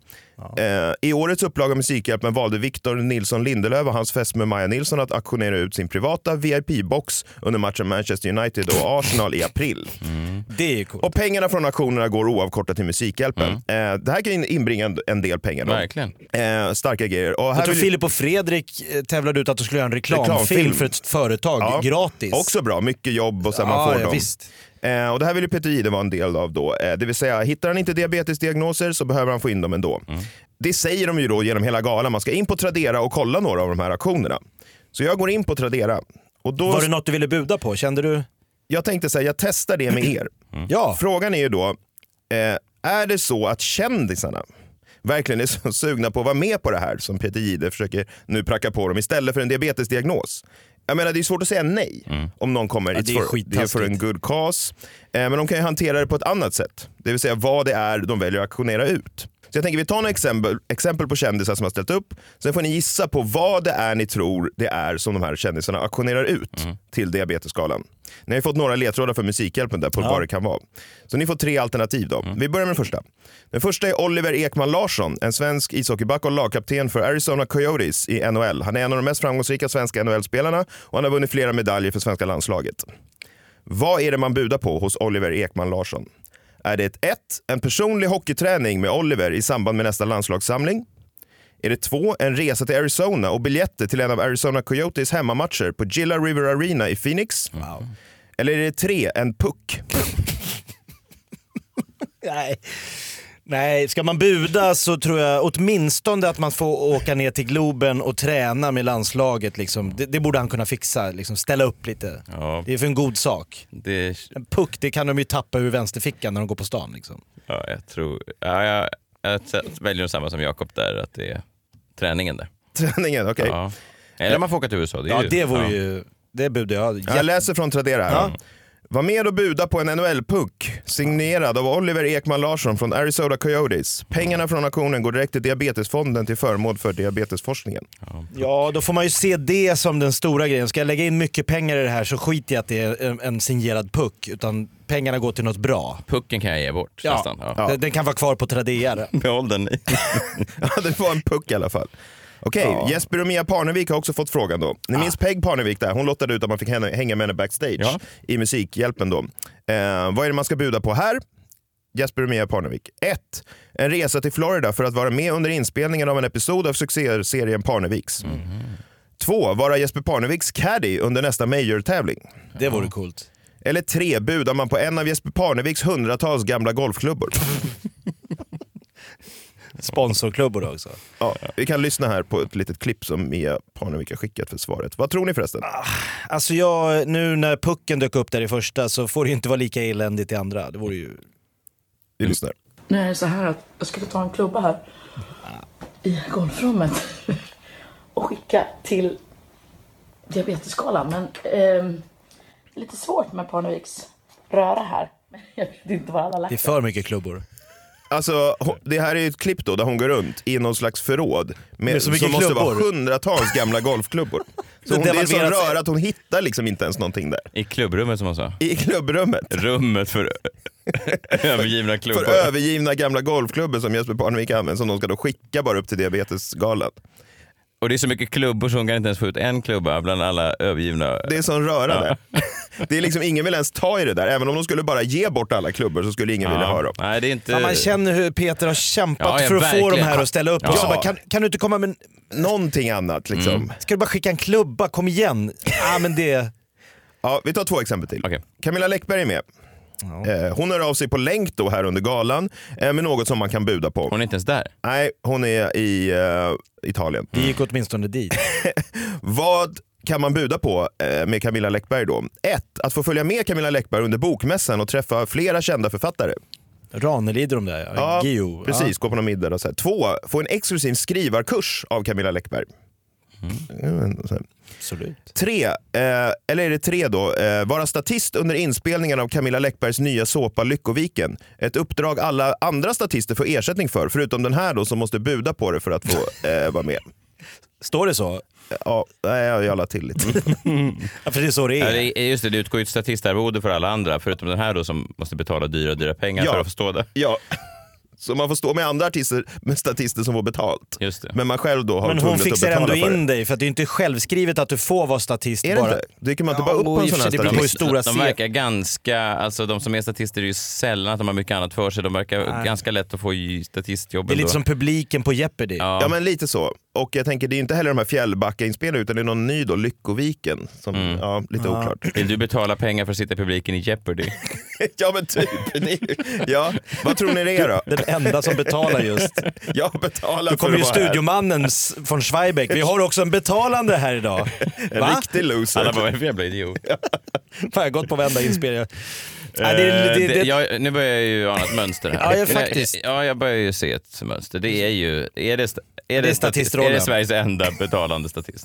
I årets upplaga av Musikhjälpen valde Victor Nilsson Lindelöf och hans fästmö Maja Nilsson att aktionera ut sin privata VIP-box under matchen Manchester United och Arsenal i april. Det är coolt. Och pengarna från aktionerna går oavkortat till Musikhjälpen. Det här kan inbringa en del pengar då. Verkligen. Starka grejer. Och här jag tror Filip och Fredrik tävlade ut att de skulle göra en reklamfilm för ett företag gratis. Också bra, mycket jobb och sen man får dem. Visst. Och det här vill ju Peter Jihde vara en del av då. Det vill säga, hittar han inte diabetesdiagnoser så behöver han få in dem ändå. Det säger de ju då genom hela galan. Man ska in på Tradera och kolla några av de här aktionerna. Så jag går in på Tradera. Och då... Var det något du ville buda på? Kände du? Jag tänkte säga, jag testar det med er. Ja. Frågan är ju då, är det så att kändisarna verkligen är så sugna på att vara med på det här som Peter Jihde försöker nu pracka på dem istället för en diabetesdiagnos? Jag menar, det är svårt att säga nej om någon kommer. Det är för en good cause. Men de kan ju hantera det på ett annat sätt. Det vill säga vad det är de väljer att aktionera ut. Så jag tänker vi tar några exempel på kändisar som har ställt upp. Sen får ni gissa på vad det är ni tror det är som de här kändisarna aktionerar ut till diabetesskalan. Ni har fått några ledtrådar för Musikhjälpen där på vad det kan vara. Så ni får 3 alternativ då. Vi börjar med den första. Den första är Oliver Ekman Larsson, en svensk ishockeyback och lagkapten för Arizona Coyotes i NHL. Han är en av de mest framgångsrika svenska NHL-spelarna och han har vunnit flera medaljer för svenska landslaget. Vad är det man budar på hos Oliver Ekman Larsson? Är det 1. En personlig hockeyträning med Oliver i samband med nästa landslagssamling? Är det 2. En resa till Arizona och biljetter till en av Arizona Coyotes hemmamatcher på Gila River Arena i Phoenix? Wow. Eller är det 3. En puck? Nej, ska man buda så tror jag åtminstone att man får åka ner till Globen och träna med landslaget. Liksom. Det borde han kunna fixa, liksom, ställa upp lite. Ja. Det är för en god sak. En puck, det kan de ju tappa ur vänsterfickan när de går på stan. Liksom. Ja, jag tror... Ja, jag väljer samma som Jakob där, att det är träningen där. Träningen, okej. Okay. Ja. Eller man får åka till USA. Det vore ju... Det borde jag... Jag läser från Tradera här. Ja. Var med och buda på en NHL-puck signerad av Oliver Ekman Larsson från Arizona Coyotes. Pengarna från auktionen går direkt till Diabetesfonden till förmån för diabetesforskningen. Ja, då får man ju se det som den stora grejen. Ska jag lägga in mycket pengar i det här så skiter jag att det är en signerad puck, utan pengarna går till något bra. Pucken kan jag ge bort nästan. Ja. Den kan vara kvar på Tradera. Behåll den. Ja, det var en puck i alla fall. Okej, Jesper och Mia Parnevik har också fått frågan då. Ni minns Peg Parnevik där? Hon lottade ut att man fick hänga med henne backstage i Musikhjälpen då. Vad är det man ska buda på här? Jesper och Mia Parnevik. 1. En resa till Florida för att vara med under inspelningen av en episod av succéserien Parneviks. 2. Vara Jesper Parneviks caddy under nästa major-tävling. Det vore coolt. Eller 3. Budar man på en av Jesper Parneviks hundratals gamla golfklubbor. Sponsorklubbor också. Ja, vi kan lyssna här på ett litet klipp som Mia Parnevik har skickat för svaret. Vad tror ni förresten? Alltså nu när pucken dök upp där i första så får det inte vara lika eländigt i andra. Det vore ju... Vi lyssnar. Nu är det så här att jag skulle ta en klubba här i golfrummet och skicka till Diabetesgalan. Men lite svårt med Parneviks röra här. Jag vet inte vad alla lagt. Det är för mycket klubbor. Alltså, det här är ett klipp då där hon går runt i någon slags förråd med som måste vara hundratals gamla golfklubbor. Så det är så rör att hon hittar liksom inte ens någonting där. I klubbrummet som hon sa. I klubbrummet. Rummet för övergivna klubbor. För övergivna gamla golfklubbor som Jesper Parnevik använder, som de ska då skicka bara upp till Diabetesgalan. Och det är så mycket klubbor så hon kan inte ens få ut en klubba bland alla övergivna. Det är sån röra där. Det är liksom, ingen vill ens ta i det där. Även om de skulle bara ge bort alla klubbor så skulle ingen vilja höra dem. Nej, det är inte... Man känner hur Peter har kämpat för att få de här att ställa upp. Och så bara, kan du inte komma med någonting annat liksom? Ska du bara skicka en klubba, kom igen. Men det... Ja, vi tar 2 exempel till. Okay. Camilla Läckberg är med. Hon hör av sig på länk då här under galan med något som man kan buda på. Hon är inte ens där? Nej, hon är i Italien. Det gick åtminstone dit. Vad kan man buda på med Camilla Läckberg då? 1. Att få följa med Camilla Läckberg under bokmässan och träffa flera kända författare. Ranelid de där. Ja, Gio. precis. Gå på någon middag och så här. 2. Få en exklusiv skrivarkurs av Camilla Läckberg. Absolut. 3, eller är det 3 då, vara statist under inspelningen av Camilla Läckbergs nya såpa Lyckoviken. Ett uppdrag alla andra statister får ersättning för, förutom den här då som måste buda på det för att få vara med. Står det så? Ja, jag la till lite. Ja, för det är så det är. Ja, just det utgår ju ett statistarvode för alla andra, förutom den här då som måste betala dyra pengar för att få stå där. Ja. Så man får stå med andra artister, med statister som får betalt. Just det. Men man själv då har men hon fixar ändå in dig, för att det är inte självskrivet att du får vara statist. Är det bara. Inte? Det kan man inte bara upp på en sån här statist. De verkar ganska, alltså de som är statister är ju sällan att de har mycket annat för sig. De verkar ganska lätt att få statistjobb. Det är lite som publiken på Jeopardy. Ja, men lite så. Och jag tänker, det är inte heller de här Fjällbacka-inspelningarna, utan det är någon ny då, Lyckoviken. Som, lite oklart. Vill du betala pengar för att sitta i publiken i Jeopardy? Ja, men typ. Ja, vad tror ni det är då? Den enda som betalar just. Jag betalar. Då kommer ju studiomannen från Schweibeck. Vi har också en betalande här idag. En riktig loser. Alla bara, en jävla idiot. Fan, jag har gått på varenda inspelning. Nu börjar jag ju ana ett mönster här. Ja, faktiskt. Jag börjar ju se ett mönster. Det är ju... Är det Sveriges enda betalande statist?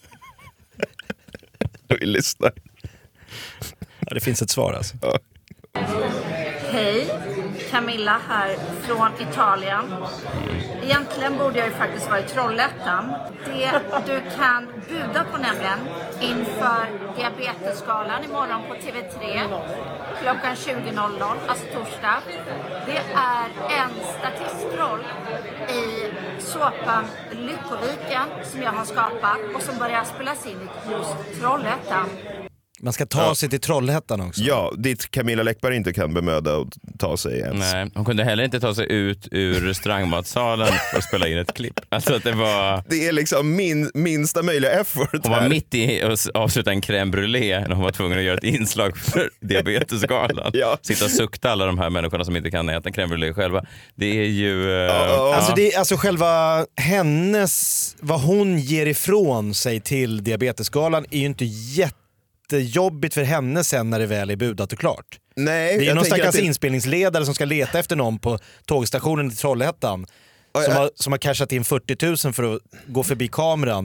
Vi lyssnar. Ja, det finns ett svar alltså. Ja. Hej, Camilla här från Italien. Egentligen borde jag ju faktiskt vara i Trollhättan. Det du kan buda på nämligen inför Diabetesgalan imorgon på TV3 klockan 20.00, alltså torsdag. Det är en statistroll i såpan Lyckoviken som jag har skapat och som börjar spelas in i just Trollhättan. Man ska ta sig till Trollhättan också. Ja, dit Camilla Läckberg inte kan bemöda och ta sig ens. Nej, hon kunde heller inte ta sig ut ur restaurangmatsalen för att spela in ett klipp. Alltså att det var... Det är liksom minsta möjliga effort. Hon var mitt i att avsluta en crème brûlée när hon var tvungen att göra ett inslag för Diabetesgalan. Ja. Sitta och sukta alla de här människorna som inte kan äta en crème brûlée själva. Det är ju... Alltså själva hennes, vad hon ger ifrån sig till Diabetesgalan är ju inte jättejobbigt för henne sen när det väl är budat och klart. Nej, det är någon stackars inspelningsledare som ska leta efter någon på tågstationen i Trollhättan som har cashat in 40 000 för att gå förbi kameran.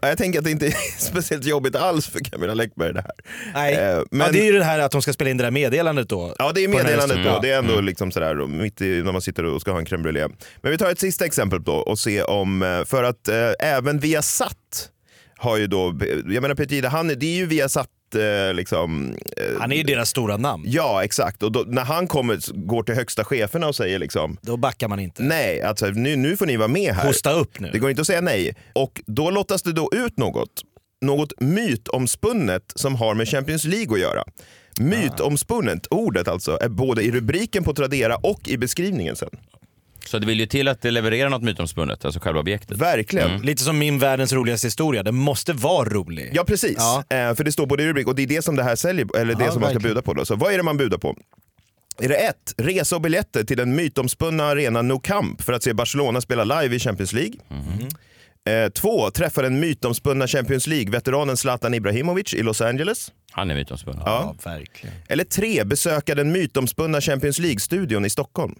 Jag tänker att det inte är speciellt jobbigt alls för Camilla Läckberg det här. Nej, men... det är ju det här att de ska spela in det där meddelandet då. Ja, det är meddelandet då. Det är ändå liksom sådär då, mitt i, när man sitter och ska ha en crème brûlée. Men vi tar ett sista exempel då och se om, för att även Viasat har ju då, jag menar Peter Jihde, det är ju Viasat liksom, han är ju deras stora namn. Ja, exakt. Och då, när han går till högsta cheferna och säger liksom, då backar man inte. Nej, alltså nu får ni vara med här. Hosta upp nu. Det går inte att säga nej. Och då låtas det då ut något mytomspunnet som har med Champions League att göra. Mytomspunnet, ordet alltså, är både i rubriken på Tradera och i beskrivningen sen. Så det vill ju till att det levererar något mytomspunnet, alltså själva objektet. Verkligen. Lite som min världens roligaste historia. Det måste vara rolig. Ja, precis. Ja. För det står både i rubrik och det är det som det här säljer, eller det som man ska buda på då. Så vad är det man budar på? Är det 1. Resa och biljetter till den mytomspunna arenan Nou Camp för att se Barcelona spela live i Champions League. 2. Träffa den mytomspunna Champions League-veteranen Zlatan Ibrahimovic i Los Angeles. Han är mytomspunna. Ja, verkligen. Eller 3. Besöka den mytomspunna Champions League-studion i Stockholm.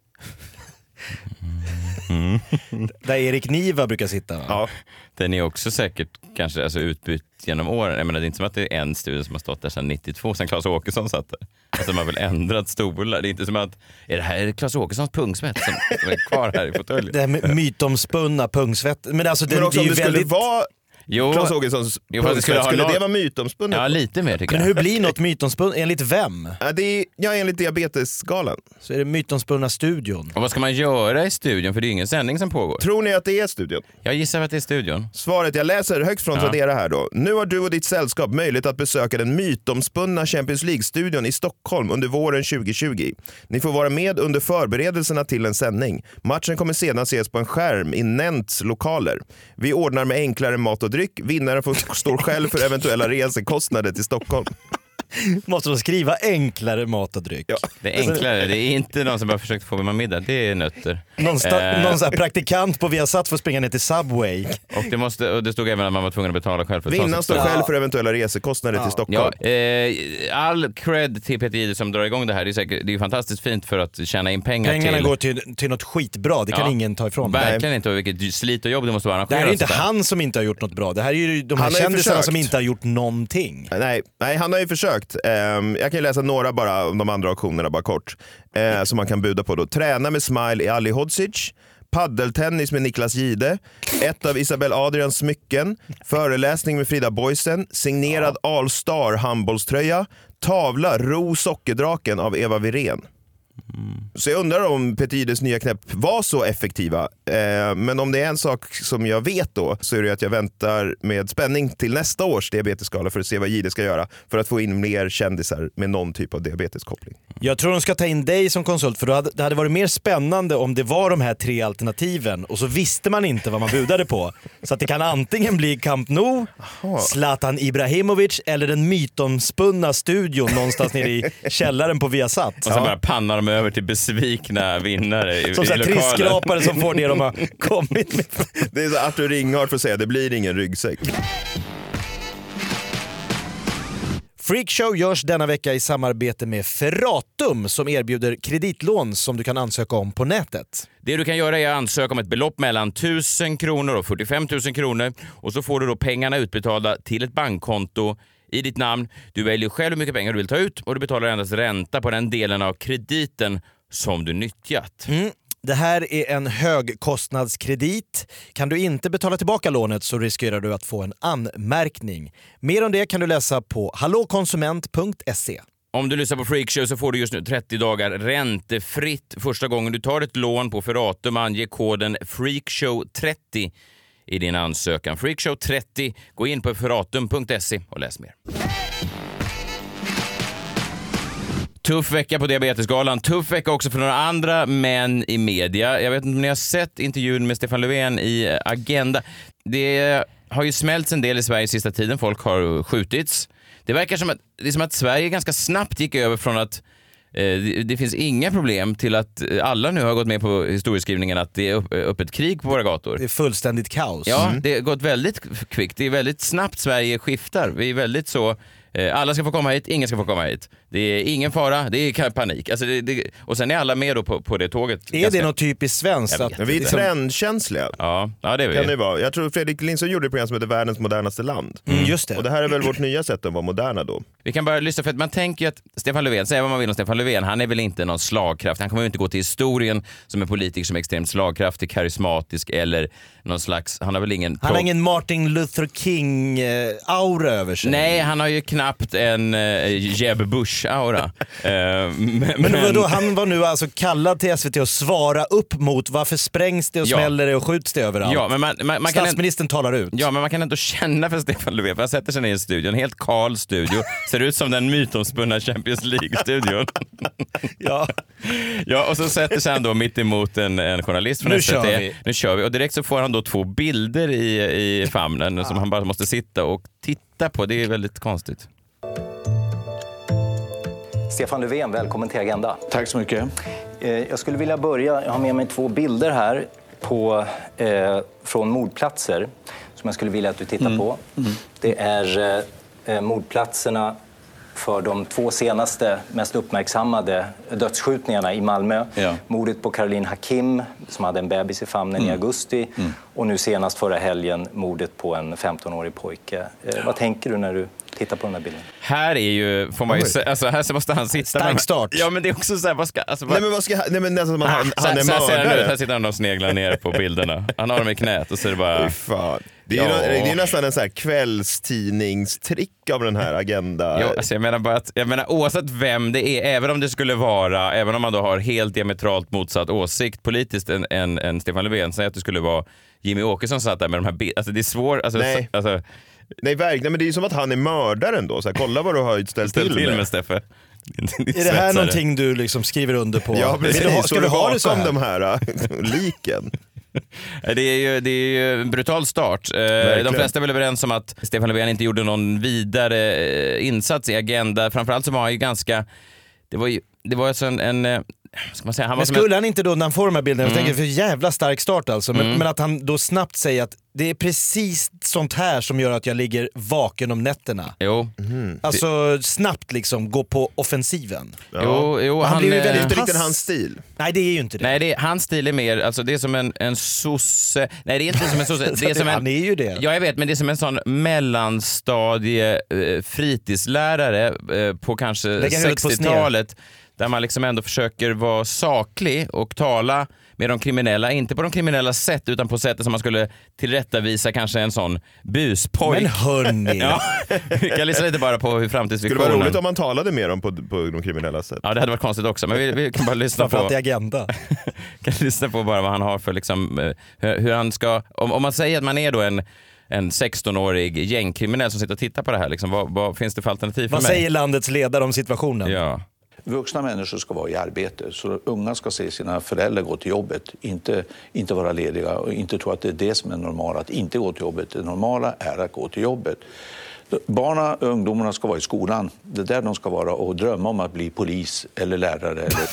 Där Erik Niva brukar sitta. Va? Ja, den är också säkert kanske alltså, utbytt genom åren. Jag menar, det är inte som att det är en studio som har stått där sedan 92, sen Claes Åkesson satt där. Alltså man har väl ändrat stolar. Det är inte som att, är det här Claes Åkessons pungsvett som är kvar här i fåtöljen? Det här mytomspunna pungsvett. Men alltså men också det är om det väldigt... skulle vara Claes Åkessons pungsvett, skulle det vara mytomspunnet? Ja, lite mer tycker jag. Men hur blir något mytomspunnet? Enligt vem? Enligt Diabetesgalan. Så är det mytomspunna studion. Och vad ska man göra i studion? För det är ingen sändning som pågår. Tror ni att det är studion? Jag gissar att det är studion. Svaret, jag läser högst från Tradera här då. Nu har du och ditt sällskap möjlighet att besöka den mytomspunna Champions League-studion i Stockholm under våren 2020. Ni får vara med under förberedelserna till en sändning. Matchen kommer sedan ses på en skärm i Nents lokaler. Vi ordnar med enklare mat och dryck. Vinnaren får stå själv för eventuella resekostnader till Stockholm. Måste de skriva enklare mat och dryck? Ja. Det är enklare, det är inte någon som bara försökt få med middag, det är nötter. Någon så här praktikant på Viasat får springa ner till Subway. Och det stod även att man var tvungen att betala själv för Vinnaren står själv för eventuella resekostnader till Stockholm. Ja, all cred till Peter Jihde som drar igång det här. Det är ju fantastiskt fint för att tjäna in pengar. Pengarna går till något skitbra, det kan ingen ta ifrån. Verkligen inte, och vilket slit och jobb det måste vara. Det här är inte han som inte har gjort något bra. Det här är ju de här kändisarna som inte har gjort någonting. Nej, han har ju försökt. Jag kan läsa några bara om de andra auktionerna bara kort. Som man kan buda på då. Träna med Smile i Ali Hodzic. Paddeltennis med Niklas Jihde. Ett av Isabel Adrians smycken. Föreläsning med Frida Boysen. Signerad All-Star handbollströja. Tavla Ro Sockerdraken av Eva Wirén. Så jag undrar om Peter Jihdes nya knäpp var så effektiva. Men om det är en sak som jag vet då, så är det att jag väntar med spänning till nästa års diabetesskala för att se vad Jihde ska göra för att få in mer kändisar med någon typ av diabeteskoppling. Jag tror de ska ta in dig som konsult, för det hade varit mer spännande om det var de här 3 alternativen och så visste man inte vad man budade på. Så att det kan antingen bli Camp Nou, Zlatan Ibrahimovic eller den mytomspunna studion någonstans nere i källaren på Viasat. Och sen bara pannar de över till besvikna vinnare som i lokalen. trissskrapare som får det de har kommit med. Det är så Arthur Ringhardt för att säga, det blir ingen ryggsäck. Freakshow görs denna vecka i samarbete med Ferratum som erbjuder kreditlån som du kan ansöka om på nätet. Det du kan göra är att ansöka om ett belopp mellan 1000 kronor och 45 000 kronor och så får du då pengarna utbetalda till ett bankkonto i ditt namn. Du väljer själv hur mycket pengar du vill ta ut och du betalar endast ränta på den delen av krediten som du nyttjat. Det här är en högkostnadskredit. Kan du inte betala tillbaka lånet så riskerar du att få en anmärkning. Mer om det kan du läsa på hallåkonsument.se. Om du lyssnar på Freakshow så får du just nu 30 dagar räntefritt. Första gången du tar ett lån på Ferratum, ange koden Freakshow30 i din ansökan. Freakshow30. Gå in på ferratum.se och läs mer. Tuff vecka på Diabetesgalan. Tuff vecka också för några andra män i media. Jag vet inte om ni har sett intervjun med Stefan Löfven i Agenda. Det har ju smälts en del i Sverige sista tiden. Folk har skjutits. Det verkar som att Sverige ganska snabbt gick över från att det finns inga problem till att alla nu har gått med på historieskrivningen att det är öppet krig på våra gator. Det är fullständigt kaos. Ja, det har gått väldigt kvickt. Det är väldigt snabbt Sverige skiftar. Vi är väldigt så Alla ska få komma hit, ingen ska få komma hit. Det är ingen fara, det är panik. Alltså och sen är alla med då på det tåget. Är det något typiskt svenskt? Vi är trendkänsliga. Ja, det är vi. Kan det vara? Jag tror Fredrik Lindström gjorde ett program som heter Världens modernaste land. Just det. Och det här är väl vårt nya sätt att vara moderna då. Vi kan bara lyssna, för att man tänker ju att Stefan Löfven, säger vad man vill om Stefan Löfven, han är väl inte någon slagkraft. Han kommer ju inte gå till historien som en politiker som är extremt slagkraftig, karismatisk eller någon slags, han har väl ingen... Han har ingen Martin Luther King-aura över sig. Nej, han har ju knappt en Jeb Bush-aura. Men vadå, han var nu alltså kallad till SVT att svara upp mot varför sprängs det och smäller det och skjuts det överallt. Ja, men man Statsministern talar ut. Ja, men man kan ändå känna för Stefan Löfven, för han sätter sig ner i studion, en helt kal studio, ser ut som den mytomspunna Champions League-studion. Ja, och så sätter sig han då mitt emot en journalist från SVT. Nu kör vi. Och direkt så får han då 2 bilder i famnen som han bara måste sitta och titta på. Det är väldigt konstigt. Stefan Löfven, välkommen till Agenda. Tack så mycket. Jag skulle vilja börja, jag har med mig 2 bilder här från mordplatser som jag skulle vilja att du tittar på. Det är mordplatserna för de 2 senaste mest uppmärksammade dödsskjutningarna i Malmö. Ja. Mordet på Caroline Hakim som hade en bebis i famnen i augusti. Och nu senast förra helgen mordet på en 15-årig pojke. Vad tänker du när du tittar på den här bilden? Här är ju, får man ju säga, alltså här så måste han sitta. Stark start. Ja, men det är också så här, vad ska... Alltså, nej, men vad ska nej, men nästan han är mördare. Här sitter han och sneglar ner på bilderna. Han har dem i knät och så är det bara... Fan. Det är nästan en så här kvällstidningstrick av den här Agenda. Jo, alltså jag menar oavsett vem det är, även om det skulle vara, även om man då har helt diametralt motsatt åsikt politiskt än Stefan Löfven, säg att det skulle vara Jimmy Åkesson satt där med de här bilderna. Alltså det är svårt, Nej, verkligen, men det är ju som att han är mördaren då. Så här, kolla vad du har ställt till med Steffe. Är det här någonting du liksom skriver under på? Ja, precis. Ska vi ha det som de här liken? Det är ju en brutal start. De flesta är väl överens om att Stefan Löfven inte gjorde någon vidare insats i Agenda. Framförallt så var han ju ganska... Det var alltså en ska man säga, men skulle han inte då när han får de här bilderna, jag tänker för jävla stark start alltså, men att han då snabbt säger att det är precis sånt här som gör att jag ligger vaken om nätterna. Jo. Alltså snabbt liksom gå på offensiven. Ja. Jo, han blir ju väldigt riktigt hans stil. Nej, det är ju inte det. Nej, hans stil är mer, alltså det är som en sosse. Nej, det är inte som en sosse. Det är som han är ju det. Ja, jag vet, men det är som en sån mellanstadie fritidslärare på kanske 60-talet. Där man liksom ändå försöker vara saklig och tala med de kriminella, inte på de kriminella sätt utan på sättet som man skulle tillrättavisa kanske en sån buspojk. Men hörni! Ja, vi kan lyssna lite bara på hur framtidsvisionen... Skulle vara roligt om man talade med dem på de kriminella sätt. Ja, det hade varit konstigt också, men vi kan bara lyssna på... Framförallt i Agenda. kan lyssna på bara vad han har för liksom, hur han ska... Om man säger att man är då en 16-årig gängkriminell som sitter och tittar på det här, liksom, vad finns det för alternativ för mig? Vad säger landets ledare om situationen? Ja. Vuxna människor ska vara i arbete, så unga ska se sina föräldrar gå till jobbet, inte vara lediga och inte tro att det är det som är normalt, att inte gå till jobbet. Det normala är att gå till jobbet. Barnen och ungdomarna ska vara i skolan, det är där de ska vara och drömma om att bli polis eller lärare. Eller...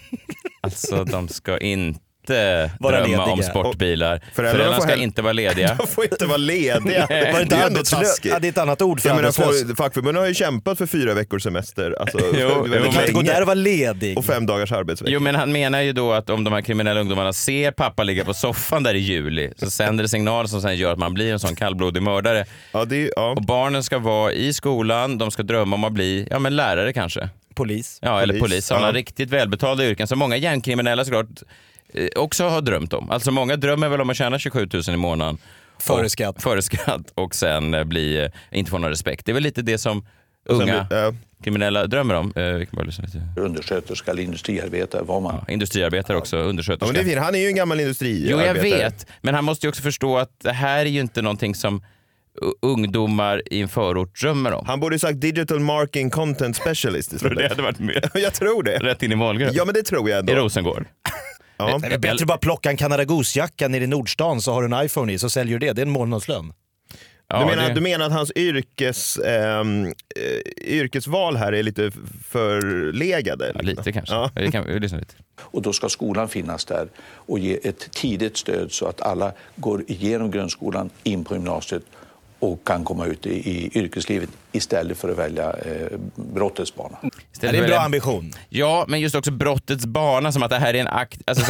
Alltså de ska inte drömma om sportbilar. Föräldrarna ska inte vara lediga. De får inte vara lediga. Var det inte arbetslös? Ja, det är ett annat ord för arbetslös. Fackförbunden har ju kämpat för 4 veckors semester. Alltså, du kan inte gå där och vara ledig. Och 5 dagars arbetsvecka. Jo, men han menar ju då att om de här kriminella ungdomarna ser pappa ligga på soffan där i juli, så sänder det signaler som sen gör att man blir en sån kallblodig mördare. Ja. Och barnen ska vara i skolan, de ska drömma om att bli lärare kanske. Polis. Ja, eller polis. Sådana riktigt välbetalda yrken som många gängkriminella såklart också har drömt om. Alltså många drömmer väl om att tjäna 27 000 i månaden. Före skatt och sen inte få någon respekt. Det är väl lite det som unga kriminella drömmer om. Vi kan bara lyssna lite. Undersköterska eller industriarbetare, vad man... Ja, industriarbetare också, undersköterska. Ja, men det är fint. Han är ju en gammal industriarbetare. Jo, jag vet. Men han måste ju också förstå att det här är ju inte någonting som ungdomar i en förort drömmer om. Han borde ju sagt digital marketing content specialist istället. Det hade varit med. Jag tror det. Rätt in i målgrupp. Ja, men det tror jag ändå. I Rosengård. Ja. Det är bättre bara plocka en Canada Goose-jacka nere i Nordstan så har du en iPhone i så säljer du det. Det är en månadslön. Ja, du menar att hans yrkesval här är lite förlegade? Ja, lite kanske. Ja. Vi kan lyssna lite. Och då ska skolan finnas där och ge ett tidigt stöd så att alla går igenom grundskolan in på gymnasiet och kan komma ut i yrkeslivet istället för att välja brottets bana. Det är en bra ambition. Ja, men just också brottets bana, som att det här är en akt, alltså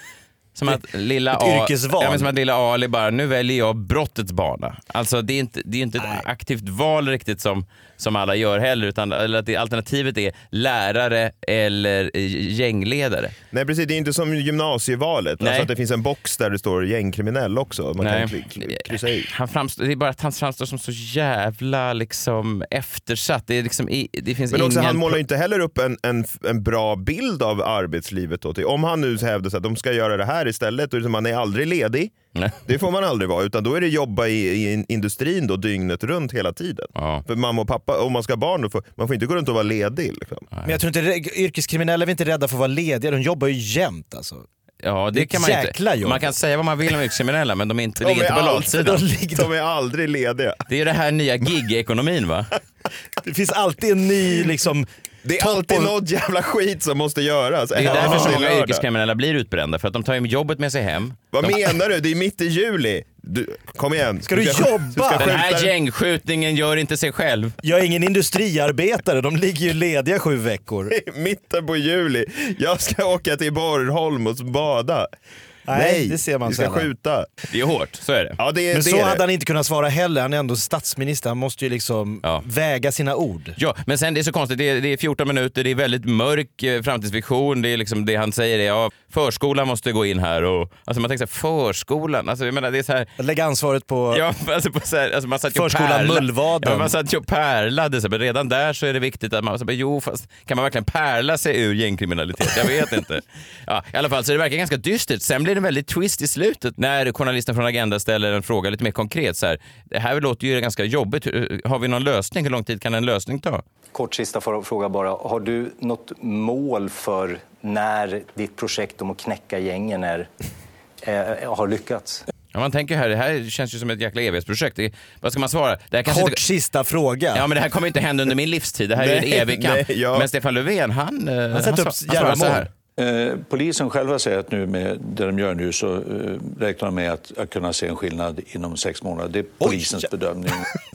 som att lilla yrkesval. Ja, men som att lilla Ali bara, nu väljer jag brottets bana. Alltså det är inte ett aktivt val riktigt som alla gör heller, utan eller att alternativet är lärare eller gängledare. Nej precis, det är inte som gymnasievalet. Alltså att det finns en box där det står gängkriminell också. Man kan kryssa i. Det är bara att han framstår som så jävla liksom eftersatt. Det är liksom, det finns men också ingen... han målar inte heller upp en bra bild av arbetslivet då. Om han nu hävdar att de ska göra det här istället, och man är aldrig ledig. Nej. Det får man aldrig vara, utan då är det jobba i industrin då dygnet runt hela tiden. Ja. För mamma och pappa, om man ska ha barn då man får inte gå runt och vara ledig liksom. Men jag tror inte yrkeskriminella är inte rädda för att vara lediga, de jobbar ju jämt alltså. Ja, det kan man inte. Jobb. Man kan säga vad man vill om yrkeskriminella, men de ligger inte på latsidan. De är aldrig lediga. Det är ju det här nya gig-ekonomin, va? Det finns alltid en ny liksom... Det är alltid något jävla skit som måste göras. Det är därför så många yrkeskriminella blir utbrända, för att de tar jobbet med sig hem. Vad menar du? Det är mitt i juli. Kom igen. Ska du jobba? Den här gängskjutningen gör inte sig själv. Jag är ingen industriarbetare, de ligger ju lediga 7 veckor. Mitten på juli. Jag ska åka till Bornholm och bada. Nej, det ser man vi ska skjuta. Det är hårt, så är det. Ja, men så hade han inte kunnat svara heller. Han är ändå statsminister, han måste ju liksom väga sina ord. Ja, men sen det är så konstigt, det är 14 minuter, det är väldigt mörk framtidsvision. Det är liksom det han säger är, förskolan måste gå in här. Och, alltså man tänker så här, förskolan, alltså jag menar det är så här... Lägga ansvaret på, alltså på så här, alltså man satt förskolan Mullvaden. Ja, man satt ju och pärlade, så redan där så är det viktigt att man, så fast kan man verkligen pärla sig ur gängkriminalitet? Jag vet inte. Ja, i alla fall så det verkar ganska dystert. Sen blir det en väldigt twist i slutet när journalisten från Agenda ställer en fråga lite mer konkret. Så här, det här låter ju ganska jobbigt. Har vi någon lösning? Hur lång tid kan en lösning ta? Kort sista fråga bara. Har du något mål för när ditt projekt om att knäcka gängen har lyckats? Ja, man tänker det här känns ju som ett jäkla evighetsprojekt. Vad ska man svara? Det här Kort sista fråga. Ja, men det här kommer inte hända under min livstid. Det här är en evig kamp. Men Stefan Löfven, han sätter upp jävla så här. Polisen själva säger att nu med det de gör nu så räknar de med att kunna se en skillnad inom 6 månader. Det är polisens bedömning.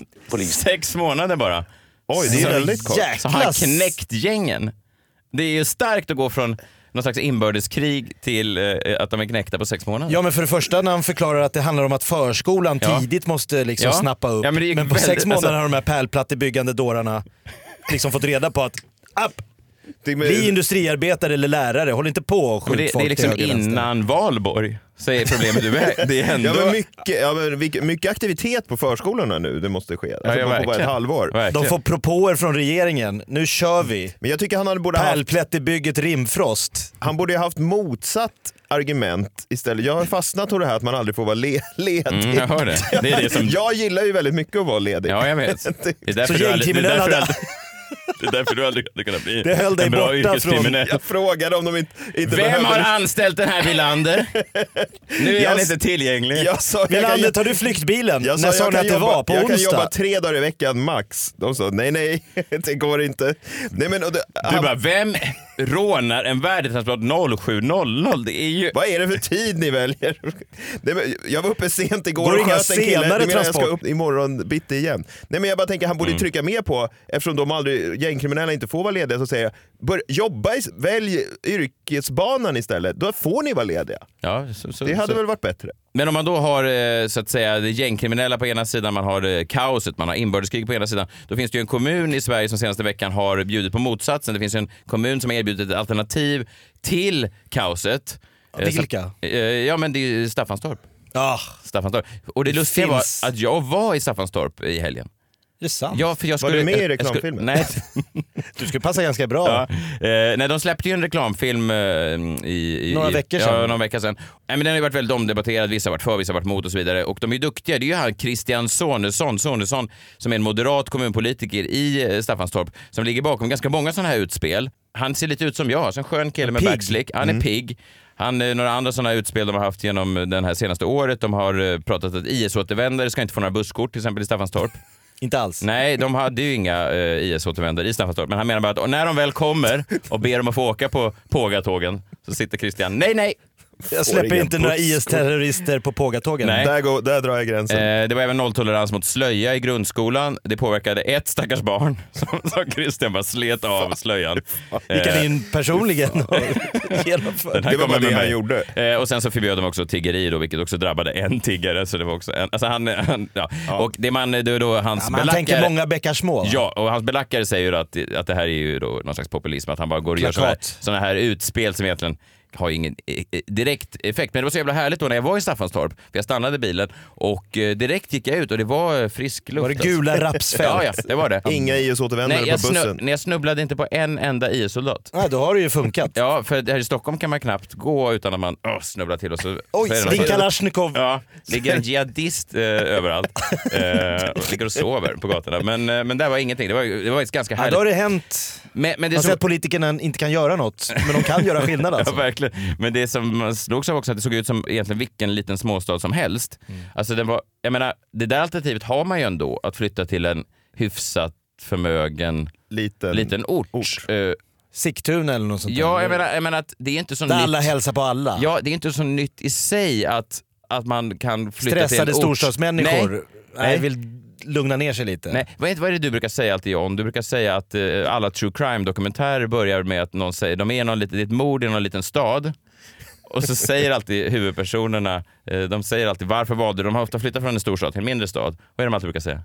6 månader bara? Oj, det är väldigt kort. Så har han knäckt gängen. Det är ju starkt att gå från någon slags inbördeskrig till att de är knäckta på 6 månader. Ja, men för det första när han förklarar att det handlar om att förskolan tidigt måste liksom snappa upp. Ja, men på 6 månader har de här pärlplattebyggande dårarna liksom fått reda på att bli industriarbetare eller lärare, håll inte på och skjut folk. Det är liksom innan valborg, säger problemet du är. Det är ändå... mycket aktivitet på förskolorna nu, det måste ske. Alltså på ett halvår. Verkligen. De får propåer från regeringen, nu kör vi. Men jag tycker han borde pärlplätt i bygget Rimfrost. Han borde ha haft motsatt argument istället. Jag har fastnat på det här att man aldrig får vara ledig. Jag hör det. Det är det som... Jag gillar ju väldigt mycket att vara ledig. Ja, jag vet. Det är därför så gängkriminell hade... Det är därför du aldrig hade kunnat bli det höll dig en bra borta yrkeskriminell. Jag frågade om de inte Vem behöver... har anställt den här Villander? Nu är han inte tillgänglig. Villander, tar du flyktbilen? När sa ni att det var? På jag onsdag? Jag kan jobba 3 dagar i veckan max. De sa nej, det går inte. Nej, men, du bara, vem rånar en värdetransport 07.00? Det är ju... Vad är det för tid ni väljer? Nej, men, jag var uppe sent igår och sköt en kille. Jag ska upp imorgon bitti igen. Nej, men jag bara tänker han borde trycka mer på, eftersom de aldrig, gängkriminella inte får vara lediga, så säger jag, välj yrkesbanan istället. Då får ni vara lediga. Ja, det hade väl varit bättre. Men om man då har så att säga det gängkriminella på ena sidan, man har kaoset, man har inbördeskrig på ena sidan, då finns det ju en kommun i Sverige som senaste veckan har bjudit på motsatsen. Det finns en kommun som har erbjudit ett alternativ till kaoset. Vilka? Ja, men det är Staffanstorp. Staffanstorp. Och det lustiga var att jag var i Staffanstorp i helgen. Det är sant. Ja, för jag skulle, var du med i reklamfilmen? Nej. Du skulle passa ganska bra. Ja. Nej, de släppte ju en reklamfilm några veckor sedan. Ja, några veckor sedan. Nej, men den har ju varit väldigt omdebatterad. Vissa har varit för, vissa har varit mot och så vidare. Och de är ju duktiga. Det är ju han Christian Sonesson som är en moderat kommunpolitiker i Staffanstorp som ligger bakom ganska många sådana här utspel. Han ser lite ut som jag, en skön kille med backslick. Han är pigg. Några andra sådana utspel de har haft genom den här senaste året. De har pratat att IS-återvändare ska inte få några busskort, till exempel i Staffanstorp. Inte alls. Nej, de hade ju inga IS-återvändare i Staffanstorp. Men han menar bara att när de väl kommer och ber om att få åka på Pågatågen så sitter Christian, nej, Jag släpper inte några IS-terrorister på Pågatågen. Där drar jag gränsen. Det var även nolltolerans mot slöja i grundskolan. Det påverkade ett stackars barn som Christian bara slet av slöjan. Gick han in personligen och genomförde? Det var det han gjorde. Och sen så förbjöd de också tiggeri då, vilket också drabbade en tiggare. Så det var också alltså han. Och det man då hans man tänker många bäckar små. Ja, och hans belackare säger ju att det här är ju då någon slags populism, att han bara går och gör såna här utspel som egentligen har ingen direkt effekt. Men det var så jävla härligt då när jag var i Staffanstorp, för jag stannade bilen och direkt gick jag ut och det var frisk luft. Var det gula rapsfält? Ja, det var det. Inga IS-återvändare på bussen? Nej, jag snubblade inte på en enda IS-soldat. Nej, då har det ju funkat. Ja, för här i Stockholm kan man knappt gå utan att man snubblar till och så... Oj, din Kalashnikov! Ja, ligger en jihadist överallt och ligger och sover på gatorna. Men där var ingenting, det var ett ganska härligt... Ja, då har det hänt. Men det man ser att politikerna inte kan göra något, men de kan göra skillnad alltså. Ja, verkligen. Men det som man slogs av också, att det såg ut som egentligen vilken liten småstad som helst. Alltså jag menar, det där alternativet har man ju ändå, att flytta till en hyfsat förmögen liten ort. Sigtuna eller något sånt. Ja, jag menar att det är inte så där nytt. alla hälsar på alla. Ja, det är inte så nytt i sig att man kan flytta stressade till en ort. Storstadsmänniskor. Nej, vill lugna ner sig lite. Nej, vad är det du brukar säga alltid, John? Du brukar säga att alla true crime-dokumentärer börjar med att någon säger, det är ett mord i någon liten stad. Och så säger alltid huvudpersonerna, de säger alltid varför valde de har ofta flyttat från en stor stad till en mindre stad. Vad är det de alltid brukar säga?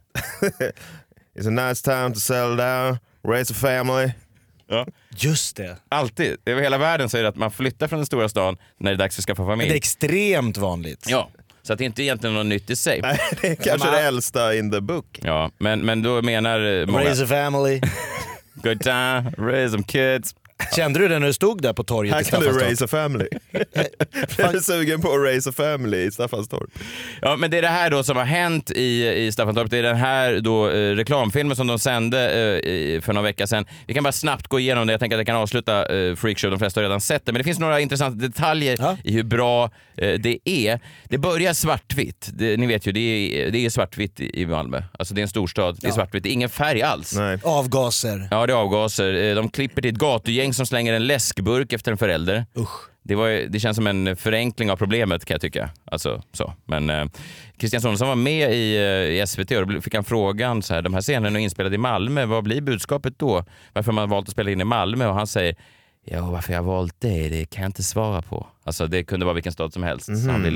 It's a nice time to settle down, raise a family. Ja. Just det. Alltid. Över hela världen säger det att man flyttar från den stora stan när det är dags för att skaffa familj. Men det är extremt vanligt. Ja. Så att det är inte egentligen något nytt i sig. Nej, det är kanske det äldsta in the book. Ja, men då menar många... Raise a family. Good time, raise some kids. Kände du det när du stod där på torget här i Staffanstorp? Här kan du raise a family. Blev du sugen på att raise a family i Staffanstorp? Ja, men det är det här då som har hänt i Staffanstorp. Det är den här då reklamfilmen som de sände för några veckor sedan. Vi kan bara snabbt gå igenom det. Jag tänker att jag kan avsluta Freakshow. De flesta har redan sett det. Men det finns några intressanta detaljer i hur bra det är. Det börjar svartvitt. Ni vet ju, det är svartvitt i Malmö. Alltså det är en storstad. Det är svartvitt. Det är ingen färg alls. Nej. Avgaser. Ja, det är avgaser. De klipper till ett gatugäng som slänger en läskburk efter en förälder. Det känns som en förenkling av problemet, kan jag tycka. Alltså, så. Men Christian Sonesson var med i SVT och då fick han frågan så här, de här scenerna är inspelade i Malmö, vad blir budskapet då? Varför har man valt att spela in i Malmö? Och han säger, ja, varför jag valt det kan jag inte svara på. Alltså det kunde vara vilken stad som helst.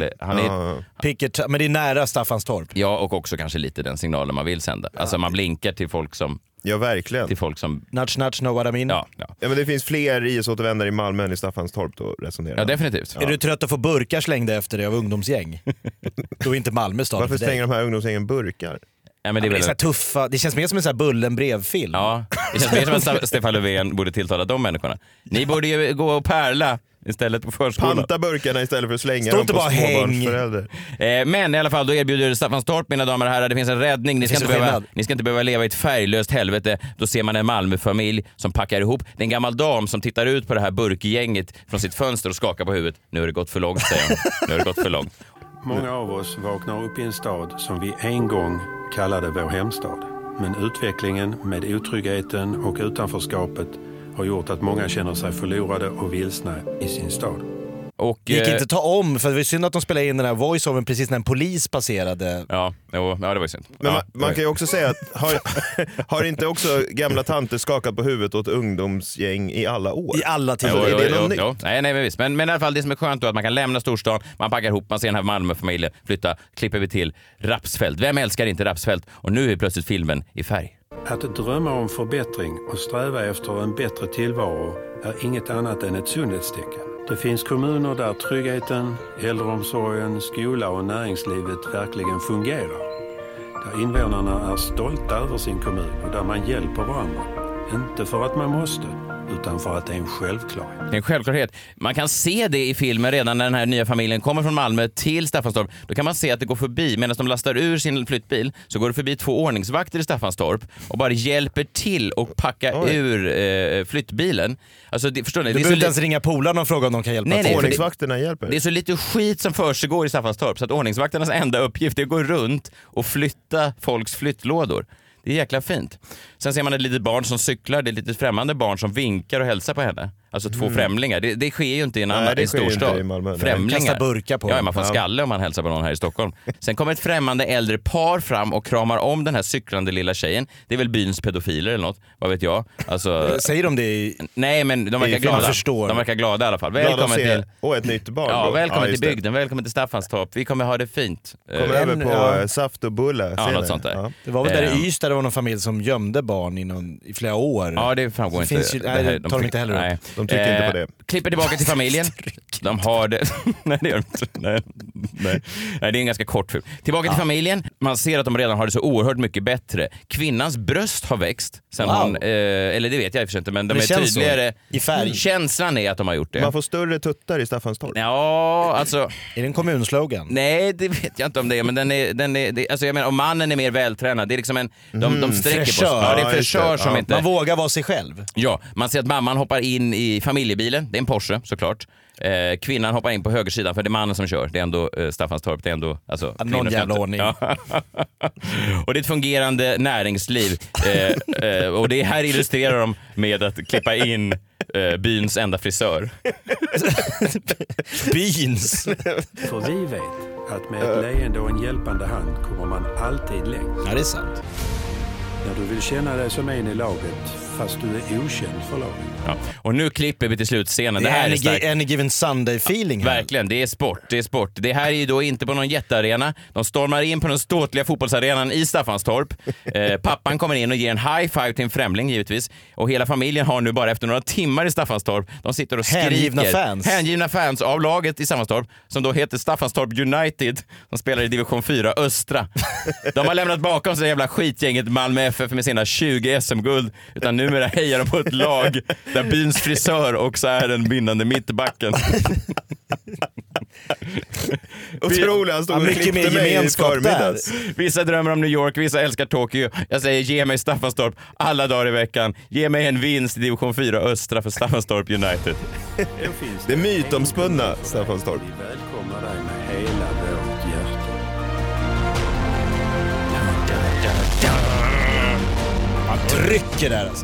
Så men det är nära Staffanstorp. Ja, och också kanske lite den signalen man vill sända. Alltså man blinkar till folk som... Ja, verkligen. Till folk som... Nudge, nudge, know what I mean. Ja. Ja, men det finns fler IS-återvändare i Malmö än i Staffanstorp då, resonerar. Ja, definitivt. Är du trött att få burkar slängda efter dig av ungdomsgäng? Då är inte Malmö stad. Varför stänger de här ungdomsgängen burkar? Ja, men det är så här tuffa. Det känns mer som en sån här Bullen-brevfilm. Ja, det känns mer som att Stefan Löfven borde tilltala de människorna. Ni borde ju gå och pärla istället på förskolan. Panta burkarna istället för att slänga dem på småbarnsföräldrar. Men i alla fall, då erbjuder Staffanstorp, mina damer och herrar, det finns en räddning. Ni ska inte behöva leva i ett färglöst helvete. Då ser man en Malmöfamilj som packar ihop. Det är en gammal dam som tittar ut på det här burkgänget från sitt fönster och skakar på huvudet. Nu har det gått för långt, säger hon. Nu har det gått för långt. Många av oss vaknar upp i en stad som vi en gång kallade vår hemstad. Men utvecklingen med otryggheten och utanförskapet har gjort att många känner sig förlorade och vilsna i sin stad. Och, det gick inte ta om, för det var synd att de spelade in den här voice-overn precis när en polis passerade. Ja, det var synd. Men man kan ju också säga att har inte också gamla tanter skakat på huvudet åt ungdomsgäng i alla år? I alla tider. Är det något nytt? Nej, men visst. Men i alla fall, det som är skönt då att man kan lämna storstan, man packar ihop, man ser den här Malmöfamiljen flytta, klipper vi till Rapsfält. Vem älskar inte Rapsfält? Och nu är plötsligt filmen i färg. Att drömma om förbättring och sträva efter en bättre tillvaro är inget annat än ett sundhetstecken. Det finns kommuner där tryggheten, äldreomsorgen, skola och näringslivet verkligen fungerar. Där invånarna är stolta över sin kommun och där man hjälper varandra. Inte för att man måste, utan för att det är en självklarhet. Det är en självklarhet. Man kan se det i filmen redan när den här nya familjen kommer från Malmö till Staffanstorp. Då kan man se att det går förbi, medan de lastar ur sin flyttbil så går det förbi 2 ordningsvakter i Staffanstorp och bara hjälper till att packa ur flyttbilen. Alltså, förstår ni? Du behöver inte ens ringa polarna och fråga om de kan hjälpa. Nej, ordningsvakterna hjälper. Det är så lite skit som försiggår i Staffanstorp så att ordningsvakternas enda uppgift är att gå runt och flytta folks flyttlådor. Det är jäkla fint. Sen ser man ett litet barn som cyklar, det är ett litet främmande barn som vinkar och hälsar på henne. Alltså 2 främlingar. Det sker ju inte i en annan i storstad. Främlingar. Kasta burkar på. Ja, man får skalle om man hälsar på någon här i Stockholm. Sen kommer ett främmande äldre par fram och kramar om den här cyklande lilla tjejen. Det är väl byns pedofiler eller något, vad vet jag. Alltså, säger de det i... Nej, men de verkar glada. De verkar glada i alla fall. Välkommen till... Och ett nytt barn. Ja, välkommen till bygden. Välkommen till Staffanstorp. Vi kommer ha det fint. Kommer över på saft och bulle. Ja, något sånt där. Ja. Det var väl där i Ystad, det var någon familj som gömde barn i flera år. Ja, det framgår inte. Nej, tar de inte heller nej. De tycker inte på det. Klipper tillbaka till familjen. De har det. Nej, det gör de inte. Nej, det är en ganska kort film. Tillbaka till familjen. Man ser att de redan har det så oerhört mycket bättre. Kvinnans bröst har växt. Sen hon, eller det vet jag i och för sig inte, men de är tydligare. I färg. Känslan är att de har gjort det. Man får större tuttar i Staffanstorp. Ja, alltså... Är det en kommunslogan? Nej, det vet jag inte om det är, men den är alltså jag menar, om mannen är mer vältränad, det är liksom de sträcker på sig. Ja, det är en fräschör som inte... Man vågar vara sig själv. Ja, man ser att mamman hoppar in i familjebilen, det är en Porsche såklart. Kvinnan hoppar in på högersidan för det är mannen som kör. Det är ändå Staffanstorp, det är ändå... Alltså, någon jävla ordning. Ja. Och det är ett fungerande näringsliv. Och det här illustrerar de med att klippa in byns enda frisör. Byns? För vi vet att med ett leende och en hjälpande hand kommer man alltid längst. Ja, det är sant. När du vill känna dig som en i laget fast du är okänd för laget. Ja. Och nu klipper vi till slut scenen. Det här är Any Given Sunday-feeling. Verkligen, det är sport. Det här är ju då inte på någon jättearena. De stormar in på den ståtliga fotbollsarenan i Staffanstorp. Pappan kommer in och ger en high five till en främling givetvis. Och hela familjen har nu bara efter några timmar i Staffanstorp, de sitter och skriker. Hängivna fans av laget i Staffanstorp som då heter Staffanstorp United. De spelar i division 4 Östra. De har lämnat bakom sig jävla skitgänget Malmö FF med sina 20 SM-guld. Utan numera hejar de på ett lag där byns frisör också är den vinnande mittbacken. Otroligt, han stod och mycket mer gemenskap där. Vissa drömmer om New York, vissa älskar Tokyo. Jag säger ge mig Staffanstorp alla dagar i veckan. Ge mig en vinst i division 4 Östra för Staffanstorp United. Det är mytomspunna Staffanstorp. Vi välkomnar dig med hela vårt hjärta. Man trycker där alltså.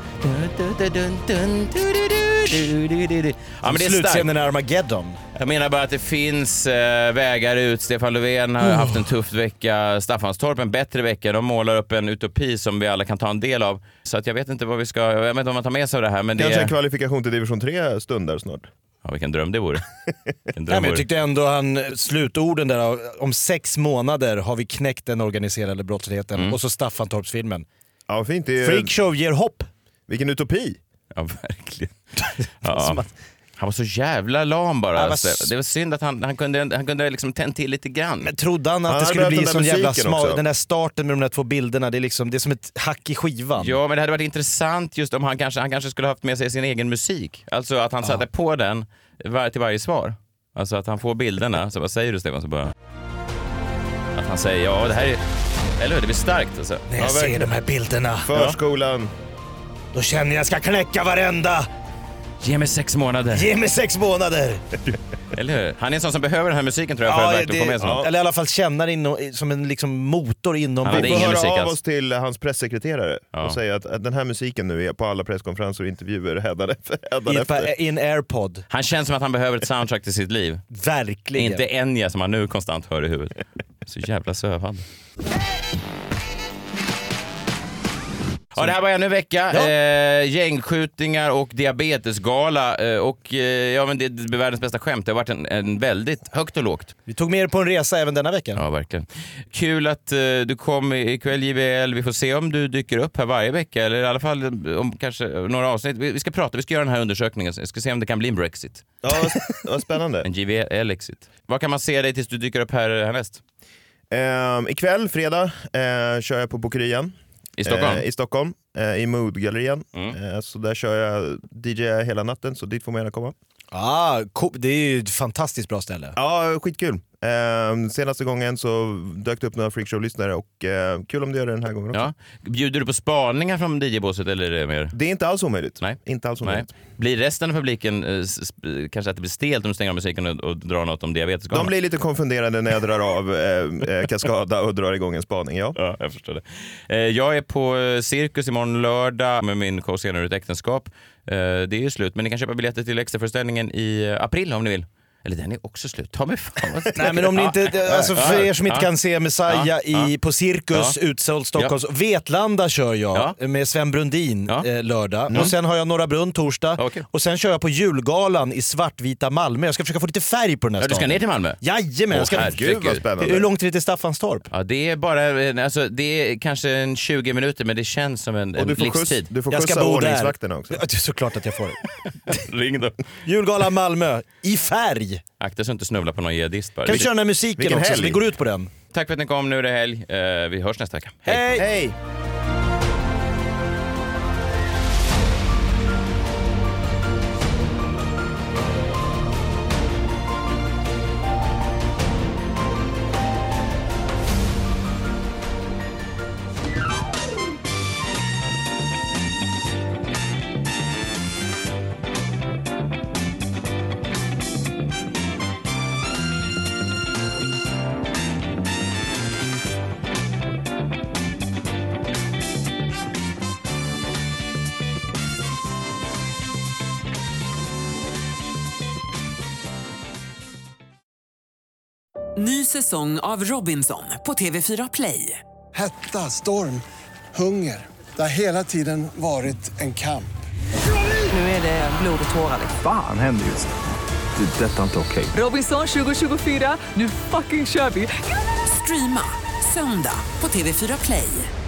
Ja, men det är slutscenen är Armageddon. Jag menar bara att det finns vägar ut. Stefan Löfven har haft en tuff vecka. Staffanstorp en bättre vecka. De målar upp en utopi som vi alla kan ta en del av. Så att jag vet inte vad vi ska... Jag vet inte om man tar med sig av det här. Men kanske det en kvalifikation till division 3 stundar snart. Ja, vilken dröm det vore. Men jag tyckte ändå slutorden där om 6 månader har vi knäckt den organiserade brottsligheten. Och så Staffanstorpsfilmen. Ja, fint. Freakshow ger hopp. Vilken utopi. Ja, verkligen. Ja. Han var så jävla lam bara. Det var synd att han kunde liksom tänt till lite grann. Men trodde han att det skulle bli sån jävla den där starten med de där 2 bilderna, det är som ett hack i skivan. Ja, men det hade varit intressant just om han kanske skulle haft med sig sin egen musik. Alltså att han satte på den till varje svar. Alltså att han får bilderna. Så vad säger du, Stefan? Så bara... Att han säger, ja det här är... Eller hur, det blir starkt alltså. När jag ser de här bilderna. Förskolan. Då känner jag ska knäcka varenda. Ge mig 6 månader. Ge mig 6 månader. Eller hur? Han är en sån som behöver den här musiken tror jag för att verkligen få med sig något. Eller i alla fall känna som en liksom motor inom. Vi får höra av oss till hans pressekreterare och säga att den här musiken nu är på alla presskonferenser och intervjuer hädanefter. In AirPod. Han känns som att han behöver ett soundtrack till sitt liv. Verkligen. Inte Enya som han nu konstant hör i huvudet. Så jävla sövande. Ja, det här var ännu en vecka. Gängskjutningar och diabetesgala. Men det blir världens bästa skämt. Det har varit en väldigt högt och lågt. Vi tog med er på en resa även denna veckan. Ja, verkligen. Kul att du kom ikväll, JBL. Vi får se om du dyker upp här varje vecka. Eller i alla fall om kanske några avsnitt. Vi ska göra den här undersökningen. Vi ska se om det kan bli en Brexit. Ja, vad spännande. En JBL-exit. Vad kan man se dig tills du dyker upp härnäst? Ikväll, fredag, kör jag på Bokerian. I Stockholm? I Stockholm, i Mood-gallerian. Så där kör jag DJ hela natten, så dit får man gärna komma. Det är ju ett fantastiskt bra ställe. Ja, skitkul. Senaste gången så dök det upp några freakshow-lyssnare och kul om du gör det den här gången också. Ja. Bjuder du på spaningar från DJ-båset eller är det mer? Det är inte alls omöjligt. Nej. Inte alls omöjligt. Nej. Blir resten av publiken kanske att det blir stelt om du stänger av musiken och drar något om diabetesgalan? De blir lite konfunderade när jag drar av Kaskada och drar igång en spaning, Ja, jag förstår det. Jag är på Cirkus imorgon lördag med min co-scener ur ett äktenskap. Det är ju slut, men ni kan köpa biljetter till extraföreställningen i april om ni vill. Eller den är också slut. Ta mig fan. Nej, men om ni inte, alltså för er som inte kan se Messiah på Cirkus, utsåld Stockholms. Vetlanda kör jag med Sven Brundin lördag. Och sen har jag Norra Brunn torsdag. Och sen kör jag på julgalan i svartvita Malmö. Jag ska försöka få lite färg på den här staden. Du ska ner till Malmö? Jajamän. Gud vad spännande. Hur långt är det till Staffanstorp? Ja, det är bara, alltså, det är kanske en 20 minuter, men det känns som en livstid. Du får skjutsa ordningsvakterna också. Det är såklart att jag får. Ring då. Julgalan Malmö i färg. Akta så inte snuvla på någon jihadist bara. Kan vi köra den här musiken också så vi går ut på den? Tack för att ni kom, nu är det helg. Vi hörs nästa vecka. Hej! Hej! Ny säsong av Robinson på TV4 Play. Hetta, storm, hunger. Det har hela tiden varit en kamp. Nu är det blod och tårar. Fan händer just det. Det är detta inte okej. Robinson 2024, nu fucking kör vi. Streama söndag på TV4 Play.